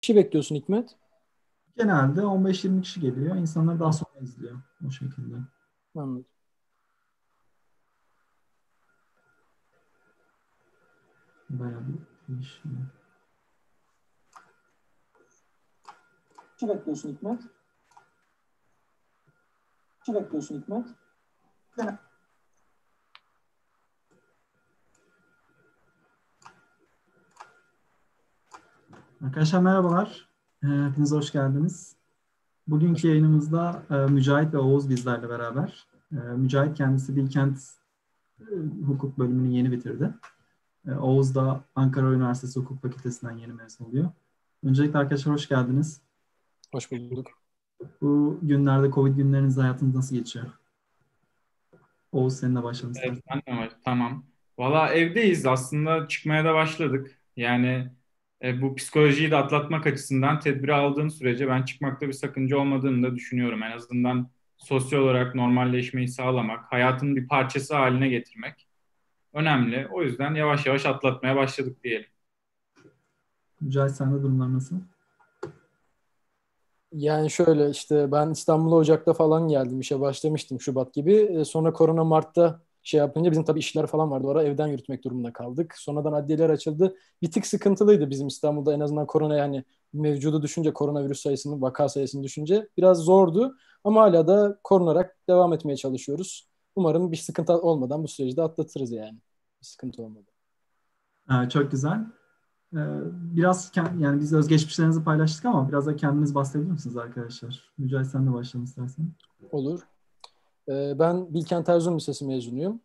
kişi bekliyorsun Hikmet? Genelde 15-20 kişi geliyor. İnsanlar daha sonra izliyor o şekilde. Anladım. Bayağı bir değişiyor. Kişi bekliyorsun Hikmet? Kişi bekliyorsun Hikmet? Arkadaşlar merhabalar. Hepiniz hoş geldiniz. Bugünkü yayınımızda Mücahit ve Oğuz bizlerle beraber. Mücahit kendisi Bilkent e, Hukuk bölümünü yeni bitirdi. Oğuz da Ankara Üniversitesi Hukuk Fakültesinden yeni mezun oluyor. Öncelikle arkadaşlar hoş geldiniz. Hoş bulduk. Bu günlerde Covid günleriniz hayatınız nasıl geçiyor? Oğuz seninle başlayalım Evet, istersen. ben de var. Tamam. Valla evdeyiz aslında çıkmaya da başladık. Yani bu psikolojiyi de atlatmak açısından tedbir aldığın sürece ben çıkmakta bir sakınca olmadığını da düşünüyorum. En azından sosyal olarak normalleşmeyi sağlamak, hayatın bir parçası haline getirmek önemli. O yüzden yavaş yavaş atlatmaya başladık diyelim. Mücahit sende durumlar nasıl? Yani şöyle işte ben İstanbul'a Ocak'ta falan geldim. İşe başlamıştım Şubat gibi. Sonra korona Mart'ta şey yapınca bizim tabii işler falan vardı. O ara evden yürütmek durumunda kaldık. Sonradan adliyeler açıldı. Bir tık sıkıntılıydı bizim İstanbul'da en azından korona yani mevcudu düşünce koronavirüs sayısını, vaka sayısını düşünce biraz zordu. Ama hala da korunarak devam etmeye çalışıyoruz. Umarım bir sıkıntı olmadan bu süreci de atlatırız yani. Bir sıkıntı olmadan. Çok güzel. Biraz yani biz özgeçmişlerinizi paylaştık ama biraz da kendiniz bahsedebilir misiniz arkadaşlar? Mücahit sen de başlayalım istersen. Olur. Ben Bilkent Erzurum Lisesi mezunuyum.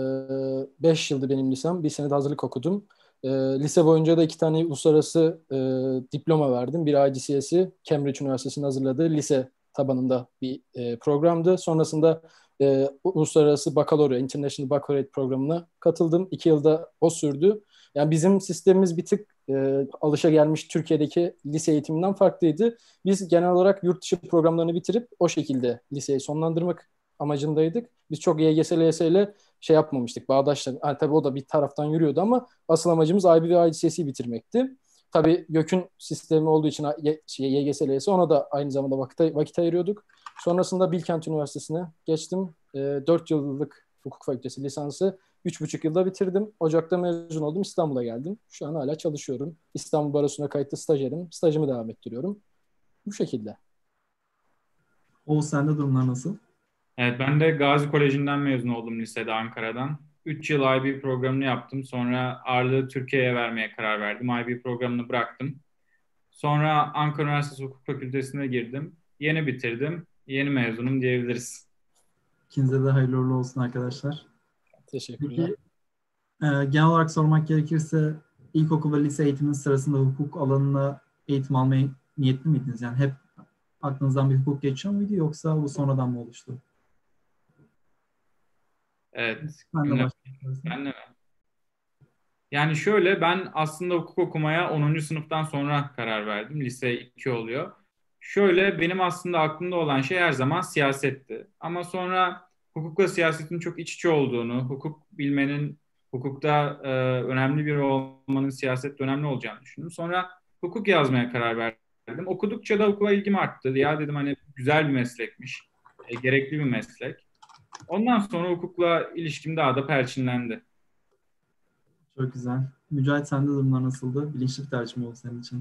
5 yıldı benim lisem. Bir sene de hazırlık okudum. Lise boyunca da 2 tane uluslararası diploma verdim. Bir IGCSE, Cambridge Üniversitesi'nin hazırladığı lise tabanında bir programdı. Sonrasında Uluslararası Bakalorya, International Baccalaureate programına katıldım. 2 yılda o sürdü. Yani bizim sistemimiz bir tık alışagelmiş Türkiye'deki lise eğitiminden farklıydı. Biz genel olarak yurt dışı programlarını bitirip o şekilde liseyi sonlandırmak amacındaydık. Biz çok YGS, LYS ile şey yapmamıştık. Bağdaşlar, yani tabii o da bir taraftan yürüyordu ama asıl amacımız IB ve IGCSE'yi bitirmekti. Tabii YÖK'ün sistemi olduğu için YGS, LYS ona da aynı zamanda vakit ayırıyorduk. Sonrasında Bilkent Üniversitesi'ne geçtim. 4 yıllık hukuk fakültesi lisansı 3,5 yılda bitirdim. Ocak'ta mezun oldum. İstanbul'a geldim. Şu an hala çalışıyorum. İstanbul Barosu'na kayıtlı stajyerim. Stajımı devam ettiriyorum. Bu şekilde. Oğuz sende durumlar nasıl? Evet, ben de Gazi Koleji'nden mezun oldum lisede Ankara'dan. 3 yıl IB programını yaptım. Sonra ağırlığı Türkiye'ye vermeye karar verdim. IB programını bıraktım. Sonra Ankara Üniversitesi Hukuk Fakültesi'ne girdim. Yeni bitirdim. Yeni mezunum diyebiliriz. İkinize de hayırlı uğurlu olsun arkadaşlar. Teşekkürler. Peki genel olarak sormak gerekirse ilkokul ve lise eğitiminin sırasında hukuk alanına eğitim almaya niyetli miydiniz? Yani hep aklınızdan bir hukuk geçiyor muydu yoksa bu sonradan mı oluştu? Evet, Ben de kimle? başlayayım. Ben de mi? Yani şöyle, ben aslında hukuk okumaya 10. sınıftan sonra karar verdim. Lise 2 oluyor. Şöyle, benim aslında aklımda olan şey her zaman siyasetti. Ama sonra hukukla siyasetin çok iç içe olduğunu, hukuk bilmenin, hukukta önemli biri olmanın siyasette önemli olacağını düşündüm. Sonra hukuk yazmaya karar verdim. Okudukça da hukuka ilgim arttı. Ya dedim hani güzel bir meslekmiş, gerekli bir meslek. Ondan sonra hukukla ilişkim daha da perçinlendi. Çok güzel. Mücahit sende durumlar nasıldı? Bilinçli bir tercih mi oldu senin için?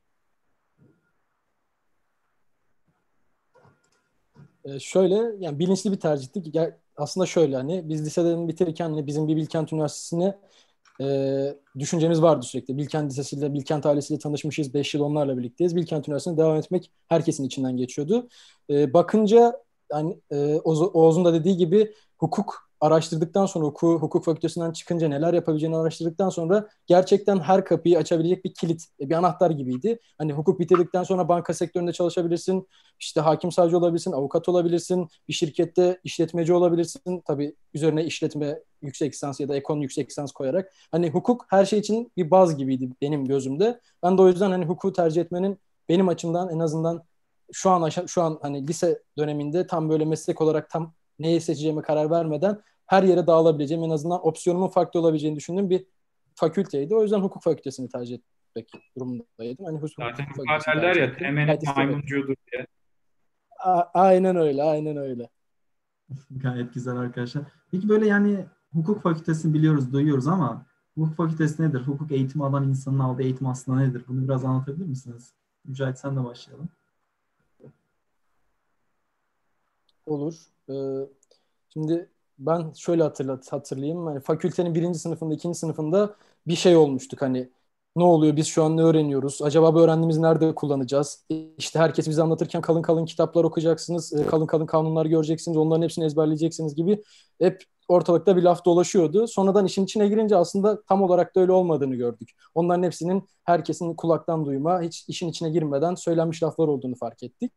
Şöyle yani bilinçli bir tercihti. Aslında şöyle hani biz liseden bitirirken hani bizim bir Bilkent Üniversitesi'ne düşüncemiz vardı sürekli. Bilkent Lisesi'yle, Bilkent ailesiyle tanışmışız. 5 yıl onlarla birlikteyiz. Bilkent Üniversitesi'ne devam etmek herkesin içinden geçiyordu. Bakınca yani Oğuz'un da dediği gibi hukuk araştırdıktan sonra hukuk fakültesinden çıkınca neler yapabileceğini araştırdıktan sonra gerçekten her kapıyı açabilecek bir kilit, bir anahtar gibiydi. Hani hukuk bitirdikten sonra banka sektöründe çalışabilirsin, işte hakim savcı olabilirsin, avukat olabilirsin, bir şirkette işletmeci olabilirsin. Tabii üzerine işletme yüksek lisans ya da ekonomi yüksek lisans koyarak. Hani hukuk her şey için bir baz gibiydi benim gözümde. Ben de o yüzden hani hukuku tercih etmenin benim açımdan en azından şu an hani lise döneminde tam böyle meslek olarak tam neyi seçeceğime karar vermeden her yere dağılabileceğim en azından opsiyonumun farklı olabileceğini düşündüğüm bir fakülteydi. O yüzden hukuk fakültesini tercih ettim. gitmek durumundaydım. Hani Zaten hukuk bu fakültesini derler tercih ya ettim. temenin Gayet istedim. maymuncuğudur diye. Aynen öyle, aynen öyle. Gayet güzel arkadaşlar. Peki böyle yani hukuk fakültesini biliyoruz, duyuyoruz ama hukuk fakültesi nedir? Hukuk eğitimi alan insanın aldığı eğitim aslında nedir? Bunu biraz anlatabilir misiniz? Mücahit sen de başlayalım. Olur. Şimdi ben şöyle hatırlayayım. Hani fakültenin birinci sınıfında, ikinci sınıfında bir şey olmuştuk. Hani ne oluyor? Biz şu an ne öğreniyoruz? Acaba bu öğrendiğimizi nerede kullanacağız? İşte herkes bize anlatırken kalın kalın kitaplar okuyacaksınız. Kalın kalın kanunlar göreceksiniz. Onların hepsini ezberleyeceksiniz gibi hep ortalıkta bir laf dolaşıyordu. Sonradan işin içine girince aslında tam olarak da öyle olmadığını gördük. Onların hepsinin herkesin kulaktan duyma, hiç işin içine girmeden söylenmiş laflar olduğunu fark ettik.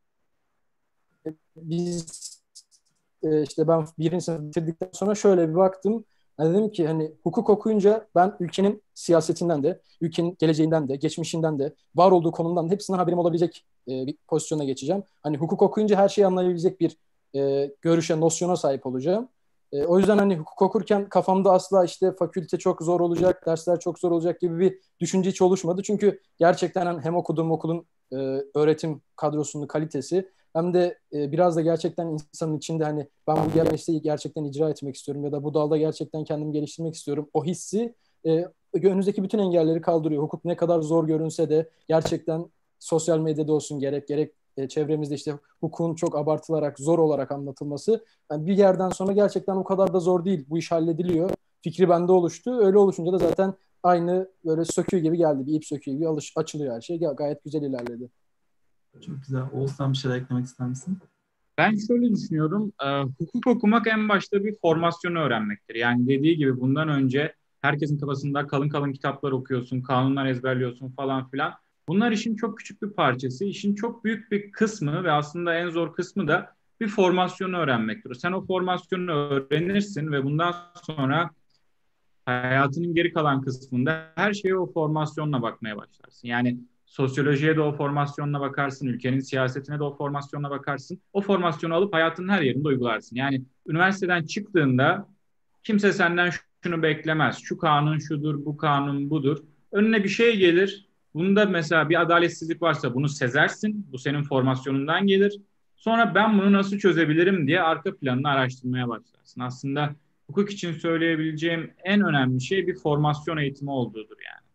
Biz işte ben birinci sınıf bitirdikten sonra şöyle bir baktım. Yani dedim ki hani hukuk okuyunca ben ülkenin siyasetinden de, ülkenin geleceğinden de, geçmişinden de, var olduğu konumdan da hepsinden haberim olabilecek bir pozisyona geçeceğim. Hani hukuk okuyunca her şeyi anlayabilecek bir görüşe, nosyona sahip olacağım. O yüzden hani hukuk okurken kafamda asla işte fakülte çok zor olacak, dersler çok zor olacak gibi bir düşünce hiç oluşmadı. Çünkü gerçekten hem okuduğum okulun öğretim kadrosunun kalitesi hem de biraz da gerçekten insanın içinde hani ben bu mesleği gerçekten icra etmek istiyorum ya da bu dalda gerçekten kendimi geliştirmek istiyorum. O hissi önünüzdeki bütün engelleri kaldırıyor. Hukuk ne kadar zor görünse de gerçekten sosyal medyada olsun gerek çevremizde işte hukukun çok abartılarak zor olarak anlatılması yani bir yerden sonra gerçekten o kadar da zor değil. Bu iş hallediliyor. Fikri bende oluştu. Öyle oluşunca da zaten aynı böyle söküğü gibi geldi. Bir ip söküğü gibi açılıyor her şey. Gayet güzel ilerledi. Çok güzel. Oğuz sen bir şeyler eklemek ister misin? Ben şöyle düşünüyorum. Hukuk okumak en başta bir formasyonu öğrenmektir. Yani dediği gibi bundan önce herkesin kafasında kalın kalın kitaplar okuyorsun, kanunlar ezberliyorsun falan filan. Bunlar işin çok küçük bir parçası. İşin çok büyük bir kısmı ve aslında en zor kısmı da bir formasyonu öğrenmektir. Sen o formasyonu öğrenirsin ve bundan sonra hayatının geri kalan kısmında her şeye o formasyonla bakmaya başlarsın. Yani sosyolojiye de o formasyonla bakarsın, ülkenin siyasetine de o formasyonla bakarsın. O formasyonu alıp hayatının her yerinde uygularsın. Yani üniversiteden çıktığında kimse senden şunu beklemez. Şu kanun şudur, bu kanun budur. Önüne bir şey gelir. Bunda mesela bir adaletsizlik varsa bunu sezersin. Bu senin formasyonundan gelir. Sonra ben bunu nasıl çözebilirim diye arka planını araştırmaya başlarsın. Aslında hukuk için söyleyebileceğim en önemli şey bir formasyon eğitimi olduğudur yani.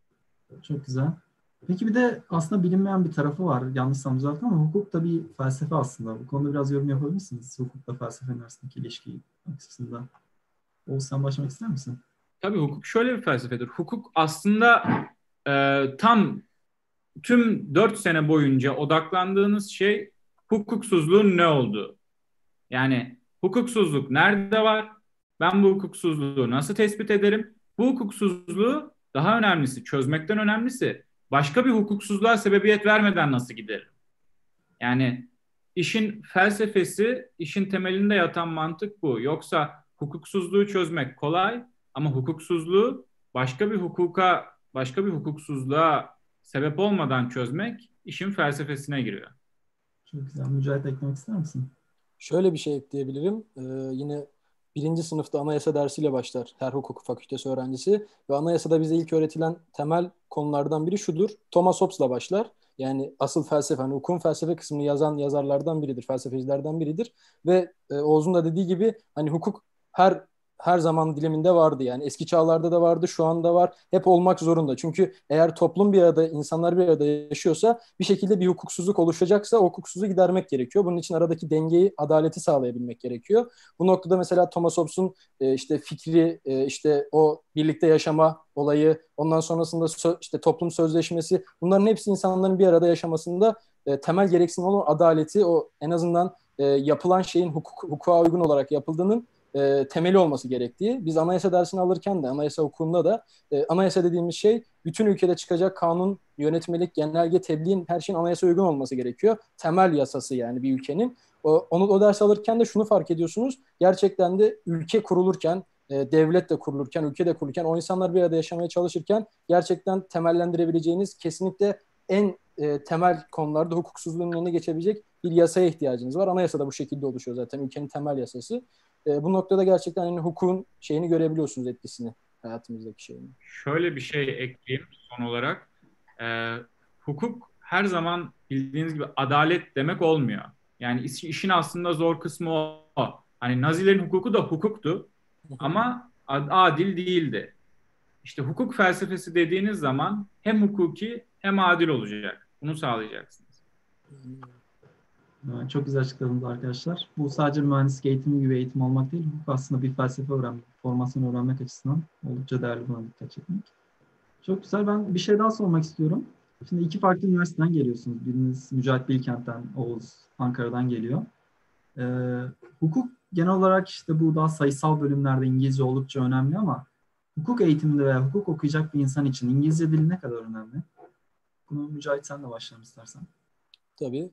Çok güzel. Peki bir de aslında bilinmeyen bir tarafı var. Yanlışsam düzeltin ama hukuk da bir felsefe aslında. Bu konuda biraz yorum yapabilir misiniz? Hukukla felsefenin arasındaki ilişki açısından. Oğuz sen başlamak ister misin? Tabii hukuk şöyle bir felsefedir. Hukuk aslında tam tüm 4 sene boyunca odaklandığınız şey hukuksuzluğun ne olduğu. Yani hukuksuzluk nerede var? Ben bu hukuksuzluğu nasıl tespit ederim? Bu hukuksuzluğu daha önemlisi, çözmekten önemlisi başka bir hukuksuzluğa sebebiyet vermeden nasıl giderim? Yani işin felsefesi, işin temelinde yatan mantık bu. Yoksa hukuksuzluğu çözmek kolay ama hukuksuzluğu başka bir hukuksuzluğa sebep olmadan çözmek işin felsefesine giriyor. Çok güzel. Mücahit eklemek ister misin? Şöyle bir şey ekleyebilirim. Yine birinci sınıfta anayasa dersiyle başlar her hukuk fakültesi öğrencisi. Ve anayasada bize ilk öğretilen temel konulardan biri şudur. Thomas Hobbes'la başlar. Yani asıl felsefe, hani hukukun felsefe kısmını yazan yazarlardan biridir, felsefecilerden biridir. Ve Oğuz'un da dediği gibi hani hukuk her zaman diliminde vardı. Yani eski çağlarda da vardı, şu anda var. Hep olmak zorunda. Çünkü eğer toplum bir arada, insanlar bir arada yaşıyorsa bir şekilde bir hukuksuzluk oluşacaksa o hukuksuzluğu gidermek gerekiyor. Bunun için aradaki dengeyi, adaleti sağlayabilmek gerekiyor. Bu noktada mesela Thomas Hobbes'un işte fikri, işte o birlikte yaşama olayı, ondan sonrasında işte toplum sözleşmesi, bunların hepsi insanların bir arada yaşamasında temel gereksinim olan adaleti, o en azından yapılan şeyin hukuka uygun olarak yapıldığının temeli olması gerektiği. Biz anayasa dersini alırken de anayasa hukukunda da anayasa dediğimiz şey bütün ülkede çıkacak kanun, yönetmelik, genelge, tebliğin her şeyin anayasa uygun olması gerekiyor. Temel yasası yani bir ülkenin. O ders alırken de şunu fark ediyorsunuz. Gerçekten de ülke kurulurken, devlet de kurulurken, ülke de kurulurken, o insanlar bir arada yaşamaya çalışırken gerçekten temellendirebileceğiniz kesinlikle en temel konularda hukuksuzluğun önüne geçebilecek bir yasaya ihtiyacınız var. Anayasa da bu şekilde oluşuyor zaten. Ülkenin temel yasası. Bu noktada gerçekten hani hukukun şeyini görebiliyorsunuz, etkisini hayatımızdaki şeyini. Şöyle bir şey ekleyeyim son olarak. hukuk her zaman bildiğiniz gibi adalet demek olmuyor. Yani işin aslında zor kısmı o. Hani Nazilerin hukuku da hukuktu ama adil değildi. İşte hukuk felsefesi dediğiniz zaman hem hukuki hem adil olacak. Bunu sağlayacaksınız. Çok güzel açıkladınız arkadaşlar. Bu sadece mühendislik eğitimi gibi eğitim olmak değil, hukuk aslında bir felsefe öğrenmek, formasyon öğrenmek açısından oldukça değerli, buna dikkat çekmek. Çok güzel. Ben bir şey daha sormak istiyorum. Şimdi iki farklı üniversiteden geliyorsunuz. Biriniz Mücahit Bilkent'ten, Oğuz Ankara'dan geliyor. Hukuk genel olarak işte bu daha sayısal bölümlerde İngilizce oldukça önemli ama hukuk eğitiminde veya hukuk okuyacak bir insan için İngilizce dili ne kadar önemli? Bunu Mücahit sen de başlayalım istersen. Tabii.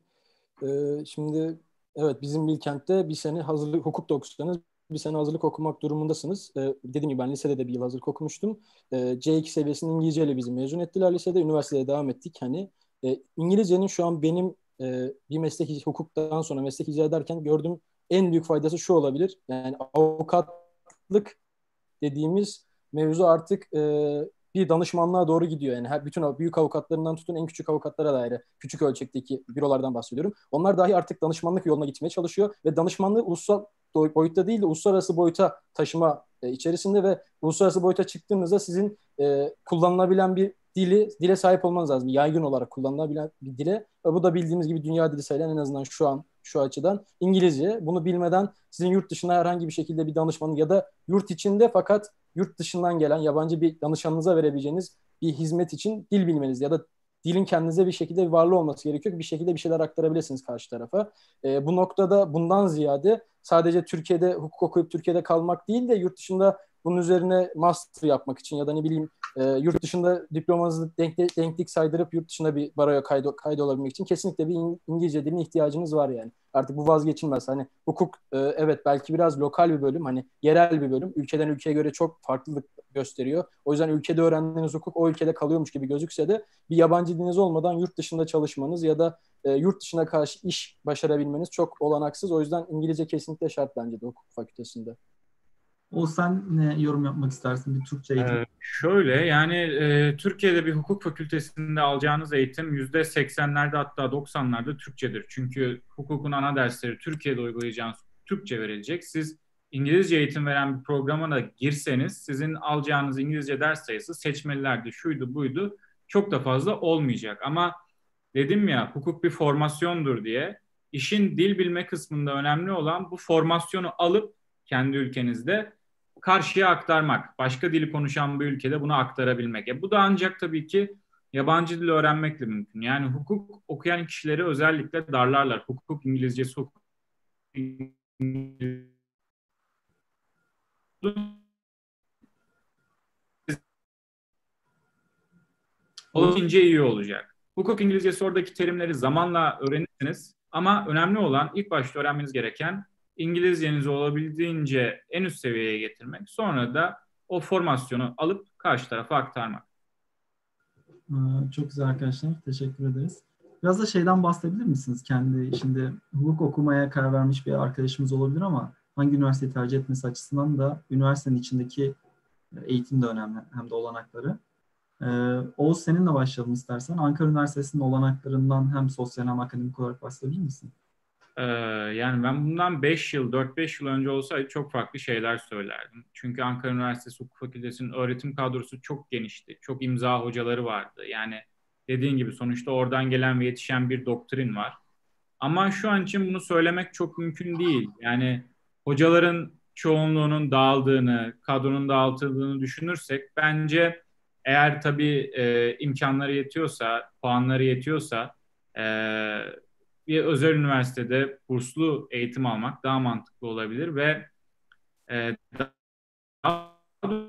Şimdi evet, bizim Bilkent'te bir sene hazırlık hukuk da okursanız bir sene hazırlık okumak durumundasınız. Dediğim gibi ben lisede de bir yıl hazırlık okumuştum. C2 seviyesinde İngilizceyle bizi mezun ettiler lisede. Üniversitede devam ettik. Hani İngilizcenin şu an benim bir meslek hukuktan sonra meslek icra ederken gördüğüm en büyük faydası şu olabilir. Yani avukatlık dediğimiz mevzu artık bir danışmanlığa doğru gidiyor. Yani bütün büyük avukatlarından tutun en küçük avukatlara dair küçük ölçekteki bürolardan bahsediyorum. Onlar dahi artık danışmanlık yoluna gitmeye çalışıyor ve danışmanlığı ulusal boyutta değil de uluslararası boyuta taşıma içerisinde ve uluslararası boyuta çıktığınızda sizin kullanılabilen bir dile sahip olmanız lazım. Yaygın olarak kullanılabilen bir dile ve bu da bildiğimiz gibi dünya dili sayılan, en azından şu açıdan İngilizce. Bunu bilmeden sizin yurt dışına herhangi bir şekilde bir danışmanlık ya da yurt içinde fakat yurt dışından gelen yabancı bir danışanınıza verebileceğiniz bir hizmet için dil bilmeniz ya da dilin kendinize bir şekilde bir varlığı olması gerekiyor ki bir şekilde bir şeyler aktarabilirsiniz karşı tarafa. Bu noktada bundan ziyade sadece Türkiye'de hukuk okuyup Türkiye'de kalmak değil de yurt dışında bunun üzerine master yapmak için ya da ne bileyim yurt dışında diplomanızı denklik saydırıp yurt dışında bir baroya kaydolabilmek için kesinlikle bir İngilizce diline ihtiyacınız var yani. Artık bu vazgeçilmez. Hani hukuk evet belki biraz lokal bir bölüm, hani yerel bir bölüm. Ülkeden ülkeye göre çok farklılık gösteriyor. O yüzden ülkede öğrendiğiniz hukuk o ülkede kalıyormuş gibi gözükse de bir yabancı diliniz olmadan yurt dışında çalışmanız ya da yurt dışına karşı iş başarabilmeniz çok olanaksız. O yüzden İngilizce kesinlikle şart bence de hukuk fakültesinde. O sen ne yorum yapmak istersin bir Türkçe eğitim? Şöyle yani Türkiye'de bir hukuk fakültesinde alacağınız eğitim %80'lerde hatta 90'larda Türkçedir. Çünkü hukukun ana dersleri Türkiye'de uygulayacağınız Türkçe verilecek. Siz İngilizce eğitim veren bir programa da girseniz sizin alacağınız İngilizce ders sayısı seçmelilerde şuydu buydu çok da fazla olmayacak. Ama dedim ya hukuk bir formasyondur diye, işin dil bilme kısmında önemli olan bu formasyonu alıp kendi ülkenizde karşıya aktarmak. Başka dili konuşan bir ülkede bunu aktarabilmek. Bu da ancak tabii ki yabancı dil öğrenmekle mümkün. Yani hukuk okuyan kişileri özellikle darlarlar. Hukuk İngilizcesi, hukuk İngilizcesi olunca iyi olacak. Hukuk İngilizcesi oradaki terimleri zamanla öğrenirsiniz. Ama önemli olan ilk başta öğrenmeniz gereken İngilizcenizi olabildiğince en üst seviyeye getirmek. Sonra da o formasyonu alıp karşı tarafa aktarmak. Çok güzel arkadaşlar. Teşekkür ederiz. Biraz da şeyden bahsedebilir misiniz? Şimdi hukuk okumaya karar vermiş bir arkadaşımız olabilir ama hangi üniversiteyi tercih etmesi açısından da üniversitenin içindeki eğitim de önemli. Hem de olanakları. Oğuz seninle başlayalım istersen. Ankara Üniversitesi'nin olanaklarından hem sosyal hem akademik olarak bahsedebilir misin? Yani ben bundan 5 yıl, 4-5 yıl önce olsaydı çok farklı şeyler söylerdim. Çünkü Ankara Üniversitesi Hukuk Fakültesi'nin öğretim kadrosu çok genişti. Çok imza hocaları vardı. Yani dediğin gibi sonuçta oradan gelen ve yetişen bir doktrin var. Ama şu an için bunu söylemek çok mümkün değil. Yani hocaların çoğunluğunun dağıldığını, kadronun dağıtıldığını düşünürsek bence eğer tabii imkanları yetiyorsa, puanları yetiyorsa e, bir özel üniversitede burslu eğitim almak daha mantıklı olabilir ve daha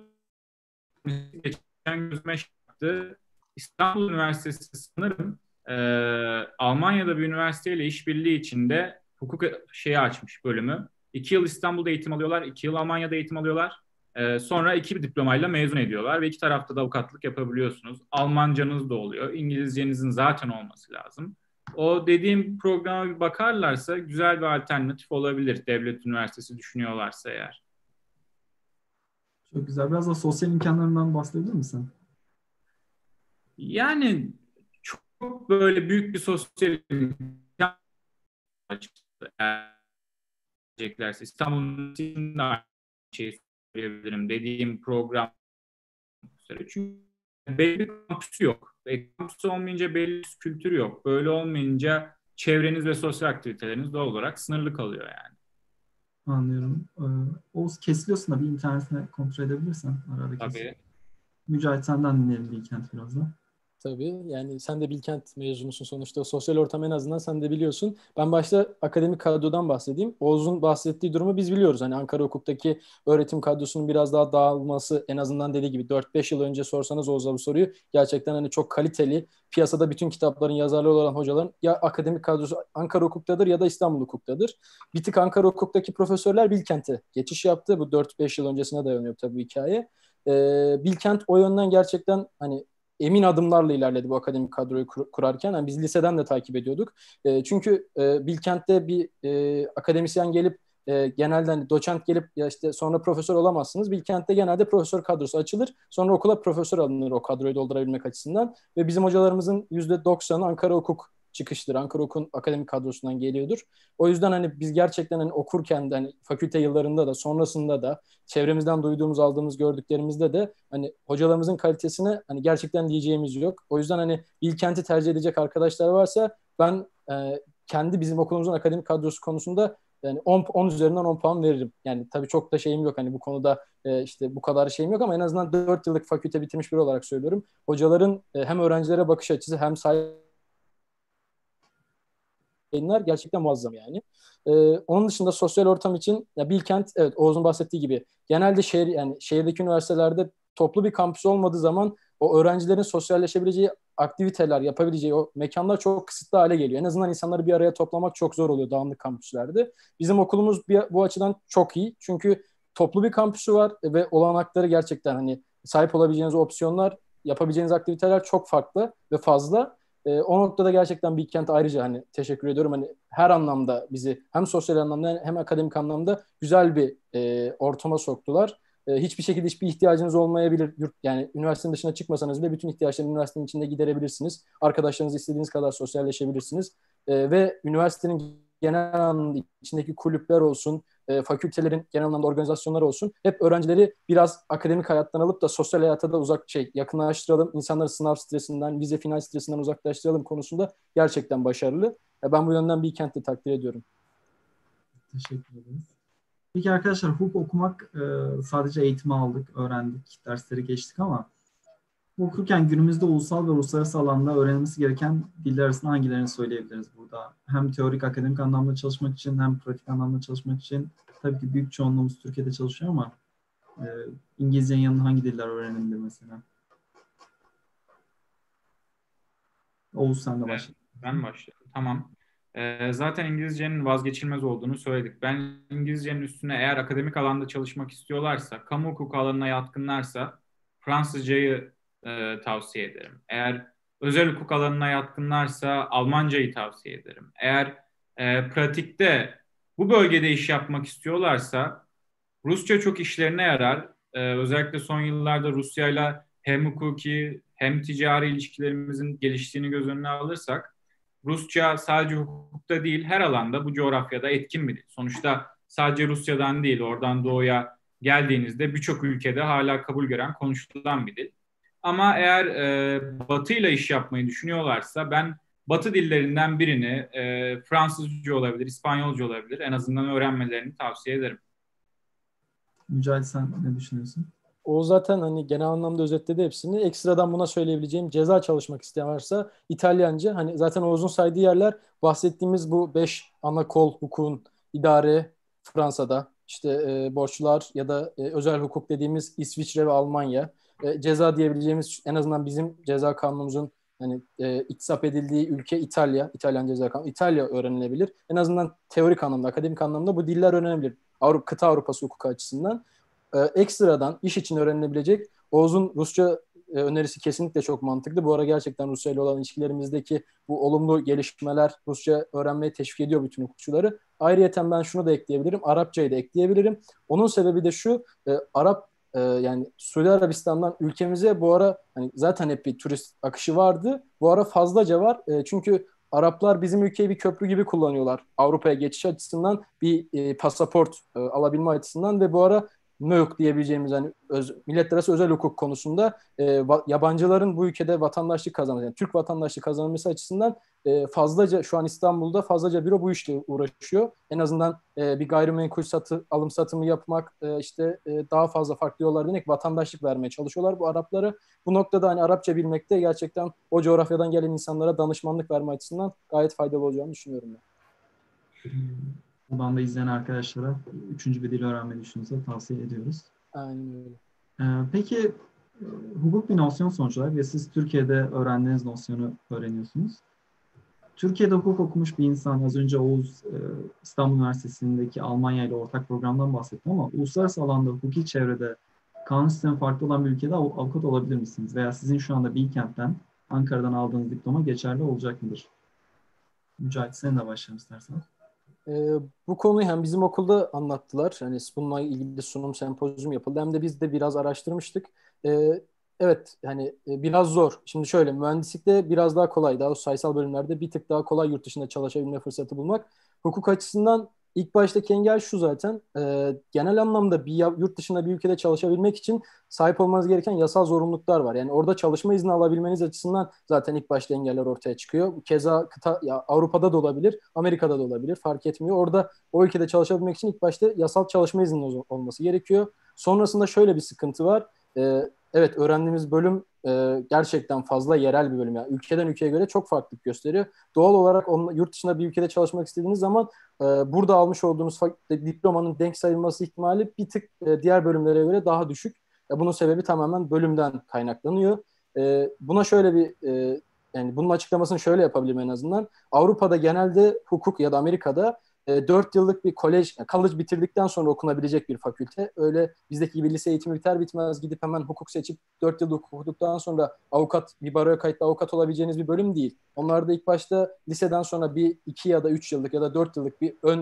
geçen gözüme çarptı. İstanbul Üniversitesi sanırım Almanya'da bir üniversiteyle işbirliği içinde hukuk şeyi açmış bölümü. 2 yıl İstanbul'da eğitim alıyorlar, 2 yıl Almanya'da eğitim alıyorlar. Sonra 2 bir diplomayla mezun ediyorlar ve 2 tarafta da avukatlık yapabiliyorsunuz. Almancanız da oluyor, İngilizcenizin zaten olması lazım. O dediğim programa bir bakarlarsa güzel bir alternatif olabilir devlet üniversitesi düşünüyorlarsa eğer. Çok güzel. Biraz da sosyal imkanlarından bahsedebilir misin? Yani çok böyle büyük bir sosyal imkan açıkçası. Eğer İstanbul'un da aynı şeyi söyleyebilirim. Dediğim program. Çünkü belli bir kampüsü yok. Kampüsü olmayınca belli bir kültürü yok. Böyle olmayınca çevreniz ve sosyal aktiviteleriniz doğal olarak sınırlı kalıyor yani. Anlıyorum. Oğuz, kesiliyorsun da bir internetine kontrol edebilirsen arada kesin. Tabii. Mücahit, senden dinleyelim Bilkent biraz da. Tabii yani sen de Bilkent mezunusun sonuçta. Sosyal ortam en azından sen de biliyorsun. Ben başta akademik kadrodan bahsedeyim. Oğuz'un bahsettiği durumu biz biliyoruz. Hani Ankara Hukuk'taki öğretim kadrosunun biraz daha dağılması, en azından dediği gibi 4-5 yıl önce sorsanız Oğuz'a bu soruyu, gerçekten hani çok kaliteli, piyasada bütün kitapların yazarları olan hocaların ya akademik kadrosu Ankara Hukuk'tadır ya da İstanbul Hukuk'tadır. Bir tık Ankara Hukuk'taki profesörler Bilkent'e geçiş yaptı. Bu 4-5 yıl öncesine dayanıyor tabii bu hikaye. Bilkent o yönden gerçekten hani emin adımlarla ilerledi bu akademik kadroyu kurarken. Yani biz liseden de takip ediyorduk. Çünkü Bilkent'te bir akademisyen gelip genelde hani doçent gelip ya işte sonra profesör olamazsınız. Bilkent'te genelde profesör kadrosu açılır. Sonra okula profesör alınır o kadroyu doldurabilmek açısından. Ve bizim hocalarımızın %90'ı Ankara Hukuk çıkıştır. Ankara Hukuk'un akademik kadrosundan geliyordur. O yüzden hani biz gerçekten hani okurken de hani fakülte yıllarında da sonrasında da çevremizden duyduğumuz, aldığımız, gördüklerimizde de hani hocalarımızın kalitesine hani gerçekten diyeceğimiz yok. O yüzden hani Bilkent'i tercih edecek arkadaşlar varsa ben kendi bizim okulumuzun akademik kadrosu konusunda yani 10 üzerinden 10 puan veririm. Yani tabii çok da şeyim yok hani bu konuda işte bu kadar şeyim yok ama en azından 4 yıllık fakülte bitirmiş biri olarak söylüyorum. Hocaların hem öğrencilere bakış açısı hem yayınlar gerçekten muazzam yani. Onun dışında sosyal ortam için ya Bilkent, evet Oğuz'un bahsettiği gibi genelde şehir yani şehirdeki üniversitelerde toplu bir kampüs olmadığı zaman o öğrencilerin sosyalleşebileceği aktiviteler yapabileceği o mekanlar çok kısıtlı hale geliyor. En azından insanları bir araya toplamak çok zor oluyor dağınık kampüslerde. Bizim okulumuz bu açıdan çok iyi. Çünkü toplu bir kampüsü var ve olanakları gerçekten hani sahip olabileceğiniz opsiyonlar, yapabileceğiniz aktiviteler çok farklı ve fazla. O noktada gerçekten Bilkent ayrıca hani teşekkür ediyorum. Hani her anlamda bizi hem sosyal anlamda hem akademik anlamda güzel bir ortama soktular. Hiçbir şekilde hiçbir ihtiyacınız olmayabilir. Yani üniversitenin dışına çıkmasanız bile bütün ihtiyaçlarını üniversitenin içinde giderebilirsiniz. Arkadaşlarınızla istediğiniz kadar sosyalleşebilirsiniz. Ve üniversitenin genel anlamda içindeki kulüpler olsun, fakültelerin genel anlamda organizasyonları olsun. Hep öğrencileri biraz akademik hayattan alıp da sosyal hayata da yakınlaştıralım. İnsanları sınav stresinden, vize final stresinden uzaklaştıralım konusunda gerçekten başarılı. Ben bu yönden Bilkent'i takdir ediyorum. Teşekkür ederiz. Peki arkadaşlar, hukuk okumak sadece eğitimi aldık, öğrendik, dersleri geçtik ama okurken günümüzde ulusal ve uluslararası alanda öğrenilmesi gereken diller arasında hangilerini söyleyebiliriz burada? Hem teorik, akademik anlamda çalışmak için hem pratik anlamda çalışmak için. Tabii ki büyük çoğunluğumuz Türkiye'de çalışıyor ama İngilizcenin yanında hangi diller öğrenilir mesela? Oğuz, sen de başla. Ben başladım. Tamam. Zaten İngilizcenin vazgeçilmez olduğunu söyledik. Ben İngilizcenin üstüne eğer akademik alanda çalışmak istiyorlarsa, kamu hukuku alanına yatkınlarsa Fransızcayı tavsiye ederim. Eğer özel hukuk alanına yatkınlarsa Almancayı tavsiye ederim. Eğer pratikte bu bölgede iş yapmak istiyorlarsa Rusça çok işlerine yarar. Özellikle son yıllarda Rusya'yla hem hukuki hem ticari ilişkilerimizin geliştiğini göz önüne alırsak Rusça sadece hukukta değil her alanda bu coğrafyada etkin bir dil. Sonuçta sadece Rusya'dan değil oradan doğuya geldiğinizde birçok ülkede hala kabul gören konuşulan bir dil. Ama eğer Batı ile iş yapmayı düşünüyorlarsa ben Batı dillerinden birini Fransızca olabilir, İspanyolca olabilir en azından öğrenmelerini tavsiye ederim. Mücahit, sen ne düşünüyorsun? O zaten hani genel anlamda özetledi hepsini. Ekstradan buna söyleyebileceğim ceza çalışmak isteyen varsa İtalyanca. Hani zaten Oğuz'un saydığı yerler bahsettiğimiz bu 5 ana kol hukukun idare Fransa'da işte borçlar ya da özel hukuk dediğimiz İsviçre ve Almanya. Ceza diyebileceğimiz en azından bizim ceza kanunumuzun hani iktisap edildiği ülke İtalya. İtalyan ceza kanunu. İtalya öğrenilebilir. En azından teorik anlamda, akademik anlamda bu diller öğrenebilir. Kıta Avrupası hukuku açısından. Ekstradan iş için öğrenilebilecek Oğuz'un Rusça önerisi kesinlikle çok mantıklı. Bu ara gerçekten Rusya ile olan ilişkilerimizdeki bu olumlu gelişmeler Rusça öğrenmeye teşvik ediyor bütün hukukçuları. Ayrıyeten ben şunu da ekleyebilirim. Arapçayı da ekleyebilirim. Onun sebebi de şu, Arap yani Suudi Arabistan'dan ülkemize bu ara hani zaten hep bir turist akışı vardı. Bu ara fazlaca var. Çünkü Araplar bizim ülkeyi bir köprü gibi kullanıyorlar. Avrupa'ya geçiş açısından bir pasaport alabilme açısından ve bu ara MÖK diyebileceğimiz hani milletler arası özel hukuk konusunda yabancıların bu ülkede vatandaşlık kazanması, yani Türk vatandaşlık kazanması açısından fazlaca şu an İstanbul'da fazlaca büro bu işle uğraşıyor. En azından bir gayrimenkul alım satımı yapmak, daha fazla farklı yollar denerek vatandaşlık vermeye çalışıyorlar bu Araplara. Bu noktada hani Arapça bilmekte gerçekten o coğrafyadan gelen insanlara danışmanlık verme açısından gayet faydalı olacağını düşünüyorum ben. Buradan da izleyen arkadaşlara üçüncü bir dil öğrenmeyi düşünürse tavsiye ediyoruz. Aynen öyle. Peki hukuk bir nosyon sonuç olarak ve siz Türkiye'de öğrendiğiniz nosyonu öğreniyorsunuz. Türkiye'de hukuk okumuş bir insan, az önce Oğuz İstanbul Üniversitesi'ndeki Almanya ile ortak programdan bahsetti ama uluslararası alanda hukuki çevrede kanun sistemi farklı olan bir ülkede avukat olabilir misiniz? Veya sizin şu anda Bilkent'ten, Ankara'dan aldığınız diploma geçerli olacak mıdır? Mücahit, seninle başlayalım istersen. Bu konuyu hem bizim okulda anlattılar. Hani bununla ilgili sunum, sempozyum yapıldı. Hem de biz de biraz araştırmıştık. Evet, hani biraz zor. Şimdi şöyle, mühendislikte biraz daha kolay. Daha sayısal bölümlerde bir tık daha kolay yurt dışında çalışabilme fırsatı bulmak. Hukuk açısından ilk baştaki engel şu zaten. Genel anlamda yurt dışında bir ülkede çalışabilmek için sahip olmanız gereken yasal zorunluluklar var. Yani orada çalışma izni alabilmeniz açısından zaten ilk başta engeller ortaya çıkıyor. Keza Avrupa'da da olabilir, Amerika'da da olabilir, fark etmiyor. Orada o ülkede çalışabilmek için ilk başta yasal çalışma izni olması gerekiyor. Sonrasında şöyle bir sıkıntı var. Evet, öğrendiğimiz bölüm gerçekten fazla yerel bir bölüm. Yani ülkeden ülkeye göre çok farklılık gösteriyor. Doğal olarak yurt dışında bir ülkede çalışmak istediğiniz zaman burada almış olduğunuz diplomanın denk sayılması ihtimali bir tık diğer bölümlere göre daha düşük. Bunun sebebi tamamen bölümden kaynaklanıyor. Buna şöyle yani bunun açıklamasını şöyle yapabilirim en azından. Avrupa'da genelde hukuk ya da Amerika'da 4 yıllık bir college bitirdikten sonra okunabilecek bir fakülte. Öyle bizdeki gibi lise eğitimi biter bitmez gidip hemen hukuk seçip 4 yıl hukuk okuduktan sonra bir baroya kayıtlı avukat olabileceğiniz bir bölüm değil. Onlar da ilk başta liseden sonra bir 2 ya da 3 yıllık ya da 4 yıllık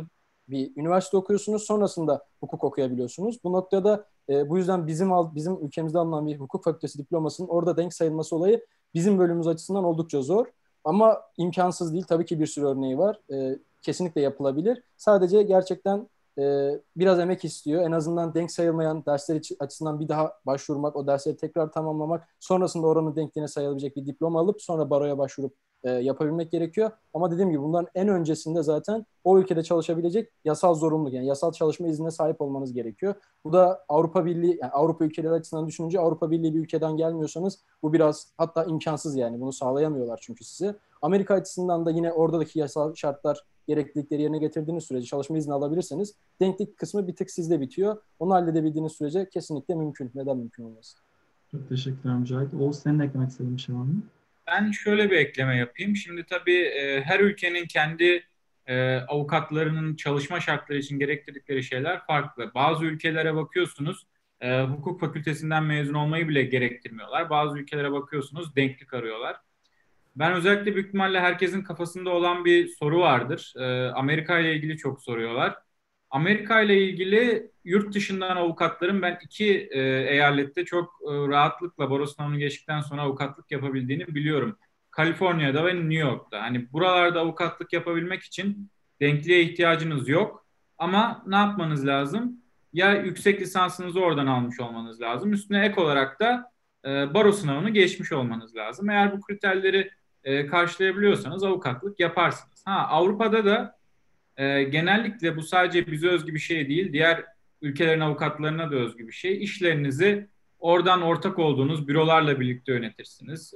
bir üniversite okuyorsunuz. Sonrasında hukuk okuyabiliyorsunuz. Bu noktada bu yüzden bizim ülkemizde alınan bir hukuk fakültesi diplomasının orada denk sayılması olayı bizim bölümümüz açısından oldukça zor. Ama imkansız değil. Tabii ki bir sürü örneği var. Kesinlikle yapılabilir. Sadece gerçekten biraz emek istiyor. En azından denk sayılmayan dersler açısından bir daha başvurmak, o dersleri tekrar tamamlamak, sonrasında oranın denkliğine sayılabilecek bir diploma alıp sonra baroya başvurup yapabilmek gerekiyor. Ama dediğim gibi bunların en öncesinde zaten o ülkede çalışabilecek yasal zorunluluk, yani yasal çalışma iznine sahip olmanız gerekiyor. Bu da Avrupa Birliği, yani Avrupa ülkeleri açısından düşününce Avrupa Birliği bir ülkeden gelmiyorsanız bu biraz hatta imkansız, yani bunu sağlayamıyorlar çünkü size. Amerika açısından da yine oradaki yasal şartlar gereklilikleri yerine getirdiğiniz sürece çalışma izni alabilirseniz denklik kısmı bir tık sizde bitiyor. Onu halledebildiğiniz sürece kesinlikle mümkün. Neden mümkün olmasın? Çok teşekkürler Mücahit. Oğuz, senin eklemek istediğin bir şey var mı? Ben şöyle bir ekleme yapayım. Şimdi tabii her ülkenin kendi avukatlarının çalışma şartları için gerektirdikleri şeyler farklı. Bazı ülkelere bakıyorsunuz, hukuk fakültesinden mezun olmayı bile gerektirmiyorlar. Bazı ülkelere bakıyorsunuz, denklik arıyorlar. Ben özellikle büyük ihtimalle herkesin kafasında olan bir soru vardır. Amerika ile ilgili çok soruyorlar. Amerika ile ilgili yurt dışından avukatların ben iki eyalette çok rahatlıkla baro sınavını geçtikten sonra avukatlık yapabildiğini biliyorum. Kaliforniya'da ve New York'ta. Hani buralarda avukatlık yapabilmek için denkliğe ihtiyacınız yok. Ama ne yapmanız lazım? Ya yüksek lisansınızı oradan almış olmanız lazım. Üstüne ek olarak da baro sınavını geçmiş olmanız lazım. Eğer bu kriterleri karşılayabiliyorsanız avukatlık yaparsınız. Avrupa'da da genellikle bu sadece bize özgü bir şey değil, diğer ülkelerin avukatlarına da özgü bir şey. İşlerinizi oradan ortak olduğunuz bürolarla birlikte yönetirsiniz.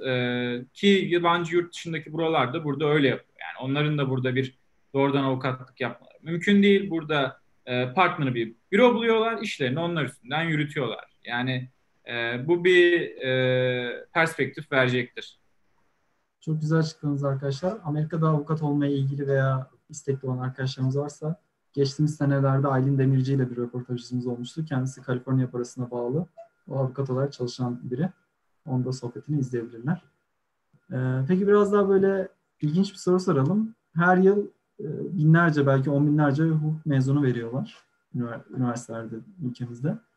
Ki yabancı yurt dışındaki bürolar da burada öyle yapıyor. Yani onların da burada bir doğrudan avukatlık yapmaları mümkün değil. Burada partner bir büro buluyorlar, işlerini onlar üstünden yürütüyorlar. Yani bu bir perspektif verecektir. Çok güzel açıkladınız arkadaşlar. Amerika'da avukat olmaya ilgili veya istekli olan arkadaşlarımız varsa geçtiğimiz senelerde Aylin Demirci ile bir röportajımız olmuştu. Kendisi Kaliforniya Barası'na bağlı. O avukat olarak çalışan biri. Onun da sohbetini izleyebilirler. Peki biraz daha böyle ilginç bir soru soralım. Her yıl binlerce belki 10 binlerce hukuk mezunu veriyorlar üniversitelerde ülkemizde.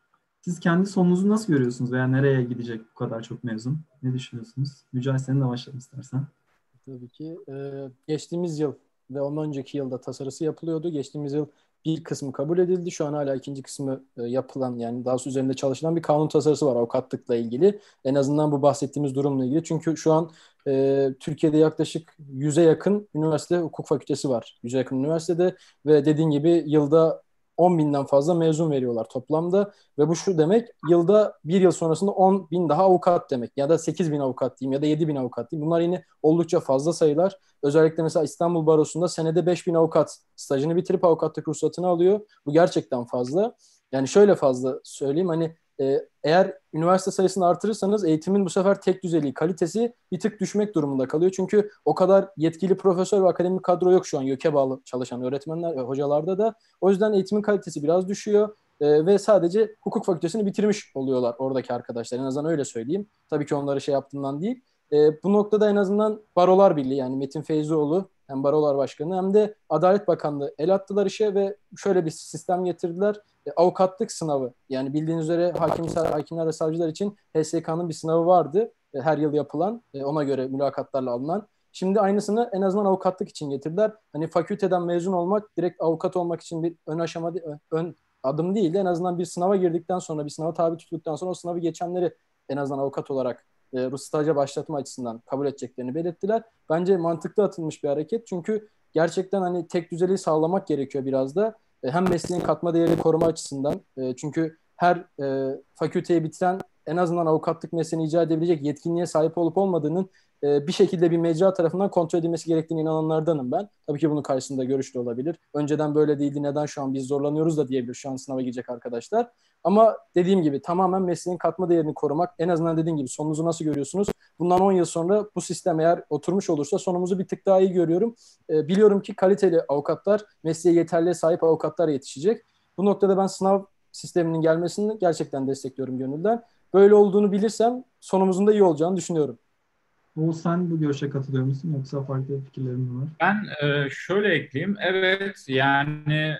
Siz kendi sonunuzu nasıl görüyorsunuz veya nereye gidecek bu kadar çok mezun? Ne düşünüyorsunuz? Mücahit seninle başlayalım istersen. Tabii ki. Geçtiğimiz yıl ve ondan önceki yılda tasarısı yapılıyordu. Geçtiğimiz yıl bir kısmı kabul edildi. Şu an hala ikinci kısmı yapılan, yani daha sonra üzerinde çalışılan bir kanun tasarısı var avukatlıkla ilgili. En azından bu bahsettiğimiz durumla ilgili. Çünkü şu an Türkiye'de yaklaşık 100'e yakın üniversite hukuk fakültesi var. 100'e yakın üniversitede ve dediğin gibi yılda 10 binden fazla mezun veriyorlar toplamda. Ve bu şu demek, yılda bir yıl sonrasında 10 bin daha avukat demek. Ya da 8 bin avukat diyeyim ya da 7 bin avukat diyeyim. Bunlar yine oldukça fazla sayılar. Özellikle mesela İstanbul Barosu'nda senede 5 bin avukat stajını bitirip avukatlık ruhsatını alıyor. Bu gerçekten fazla. Yani şöyle fazla söyleyeyim, hani eğer üniversite sayısını artırırsanız eğitimin bu sefer tek düzeliği, kalitesi bir tık düşmek durumunda kalıyor. Çünkü o kadar yetkili profesör ve akademik kadro yok şu an YÖK'e bağlı çalışan öğretmenler ve hocalarda da. O yüzden eğitimin kalitesi biraz düşüyor. Ve sadece hukuk fakültesini bitirmiş oluyorlar oradaki arkadaşlar. En azından öyle söyleyeyim. Tabii ki onları şey yaptığımdan değil. Bu noktada en azından Barolar Birliği, yani Metin Feyzioğlu hem Barolar Başkanı hem de Adalet Bakanlığı el attılar işe ve şöyle bir sistem getirdiler. Avukatlık sınavı, yani bildiğiniz üzere hakimler ve savcılar için HSK'nın bir sınavı vardı. Her yıl yapılan, ona göre mülakatlarla alınan. Şimdi aynısını en azından avukatlık için getirdiler. Hani fakülteden mezun olmak direkt avukat olmak için bir ön aşama, ön adım değil de en azından bir sınava girdikten sonra, bir sınava tabi tutulduktan sonra o sınavı geçenleri en azından avukat olarak staja başlatma açısından kabul edeceklerini belirttiler. Bence mantıklı atılmış bir hareket. Çünkü gerçekten hani tek düzeliği sağlamak gerekiyor biraz da. Hem mesleğin katma değerini koruma açısından. Çünkü her fakülteyi bitiren en azından avukatlık mesleğini icra edebilecek yetkinliğe sahip olup olmadığının bir şekilde bir mecra tarafından kontrol edilmesi gerektiğine inananlardanım ben. Tabii ki bunun karşısında görüş de olabilir. Önceden böyle değildi, neden şu an biz zorlanıyoruz da diyebilir şu an sınava girecek arkadaşlar. Ama dediğim gibi tamamen mesleğin katma değerini korumak. En azından dediğim gibi sonunuzu nasıl görüyorsunuz? Bundan 10 yıl sonra bu sistem eğer oturmuş olursa sonumuzu bir tık daha iyi görüyorum. Biliyorum ki kaliteli avukatlar, mesleğe yeterliğe sahip avukatlar yetişecek. Bu noktada ben sınav sisteminin gelmesini gerçekten destekliyorum gönülden. Böyle olduğunu bilirsem sonumuzun da iyi olacağını düşünüyorum. Oğuz sen bu görüşe katılıyor musun yoksa farklı fikirlerin mi var? Ben şöyle ekleyeyim. Evet, yani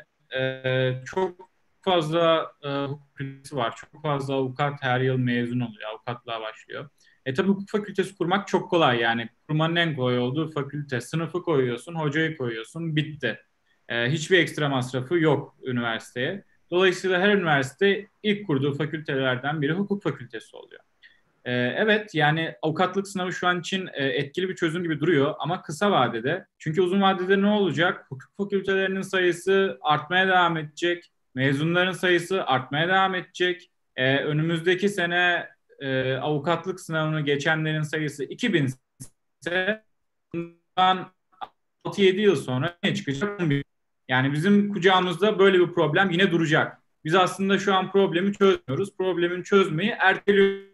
çok fazla hukuk fakültesi var. Çok fazla avukat her yıl mezun oluyor. Avukatlığa başlıyor. Tabii hukuk fakültesi kurmak çok kolay. Yani kurmanın en kolay olduğu fakülte. Sınıfı koyuyorsun, hocayı koyuyorsun, bitti. Hiçbir ekstra masrafı yok üniversiteye. Dolayısıyla her üniversite ilk kurduğu fakültelerden biri hukuk fakültesi oluyor. Evet, yani avukatlık sınavı şu an için etkili bir çözüm gibi duruyor ama kısa vadede. Çünkü uzun vadede ne olacak? Hukuk fakültelerinin sayısı artmaya devam edecek. Mezunların sayısı artmaya devam edecek. Önümüzdeki sene avukatlık sınavını geçenlerin sayısı 2000 ise bundan 6-7 yıl sonra ne çıkacak? 10.000. Yani bizim kucağımızda böyle bir problem yine duracak. Biz aslında şu an problemi çözmüyoruz. Problemin çözmeyi erteliyoruz.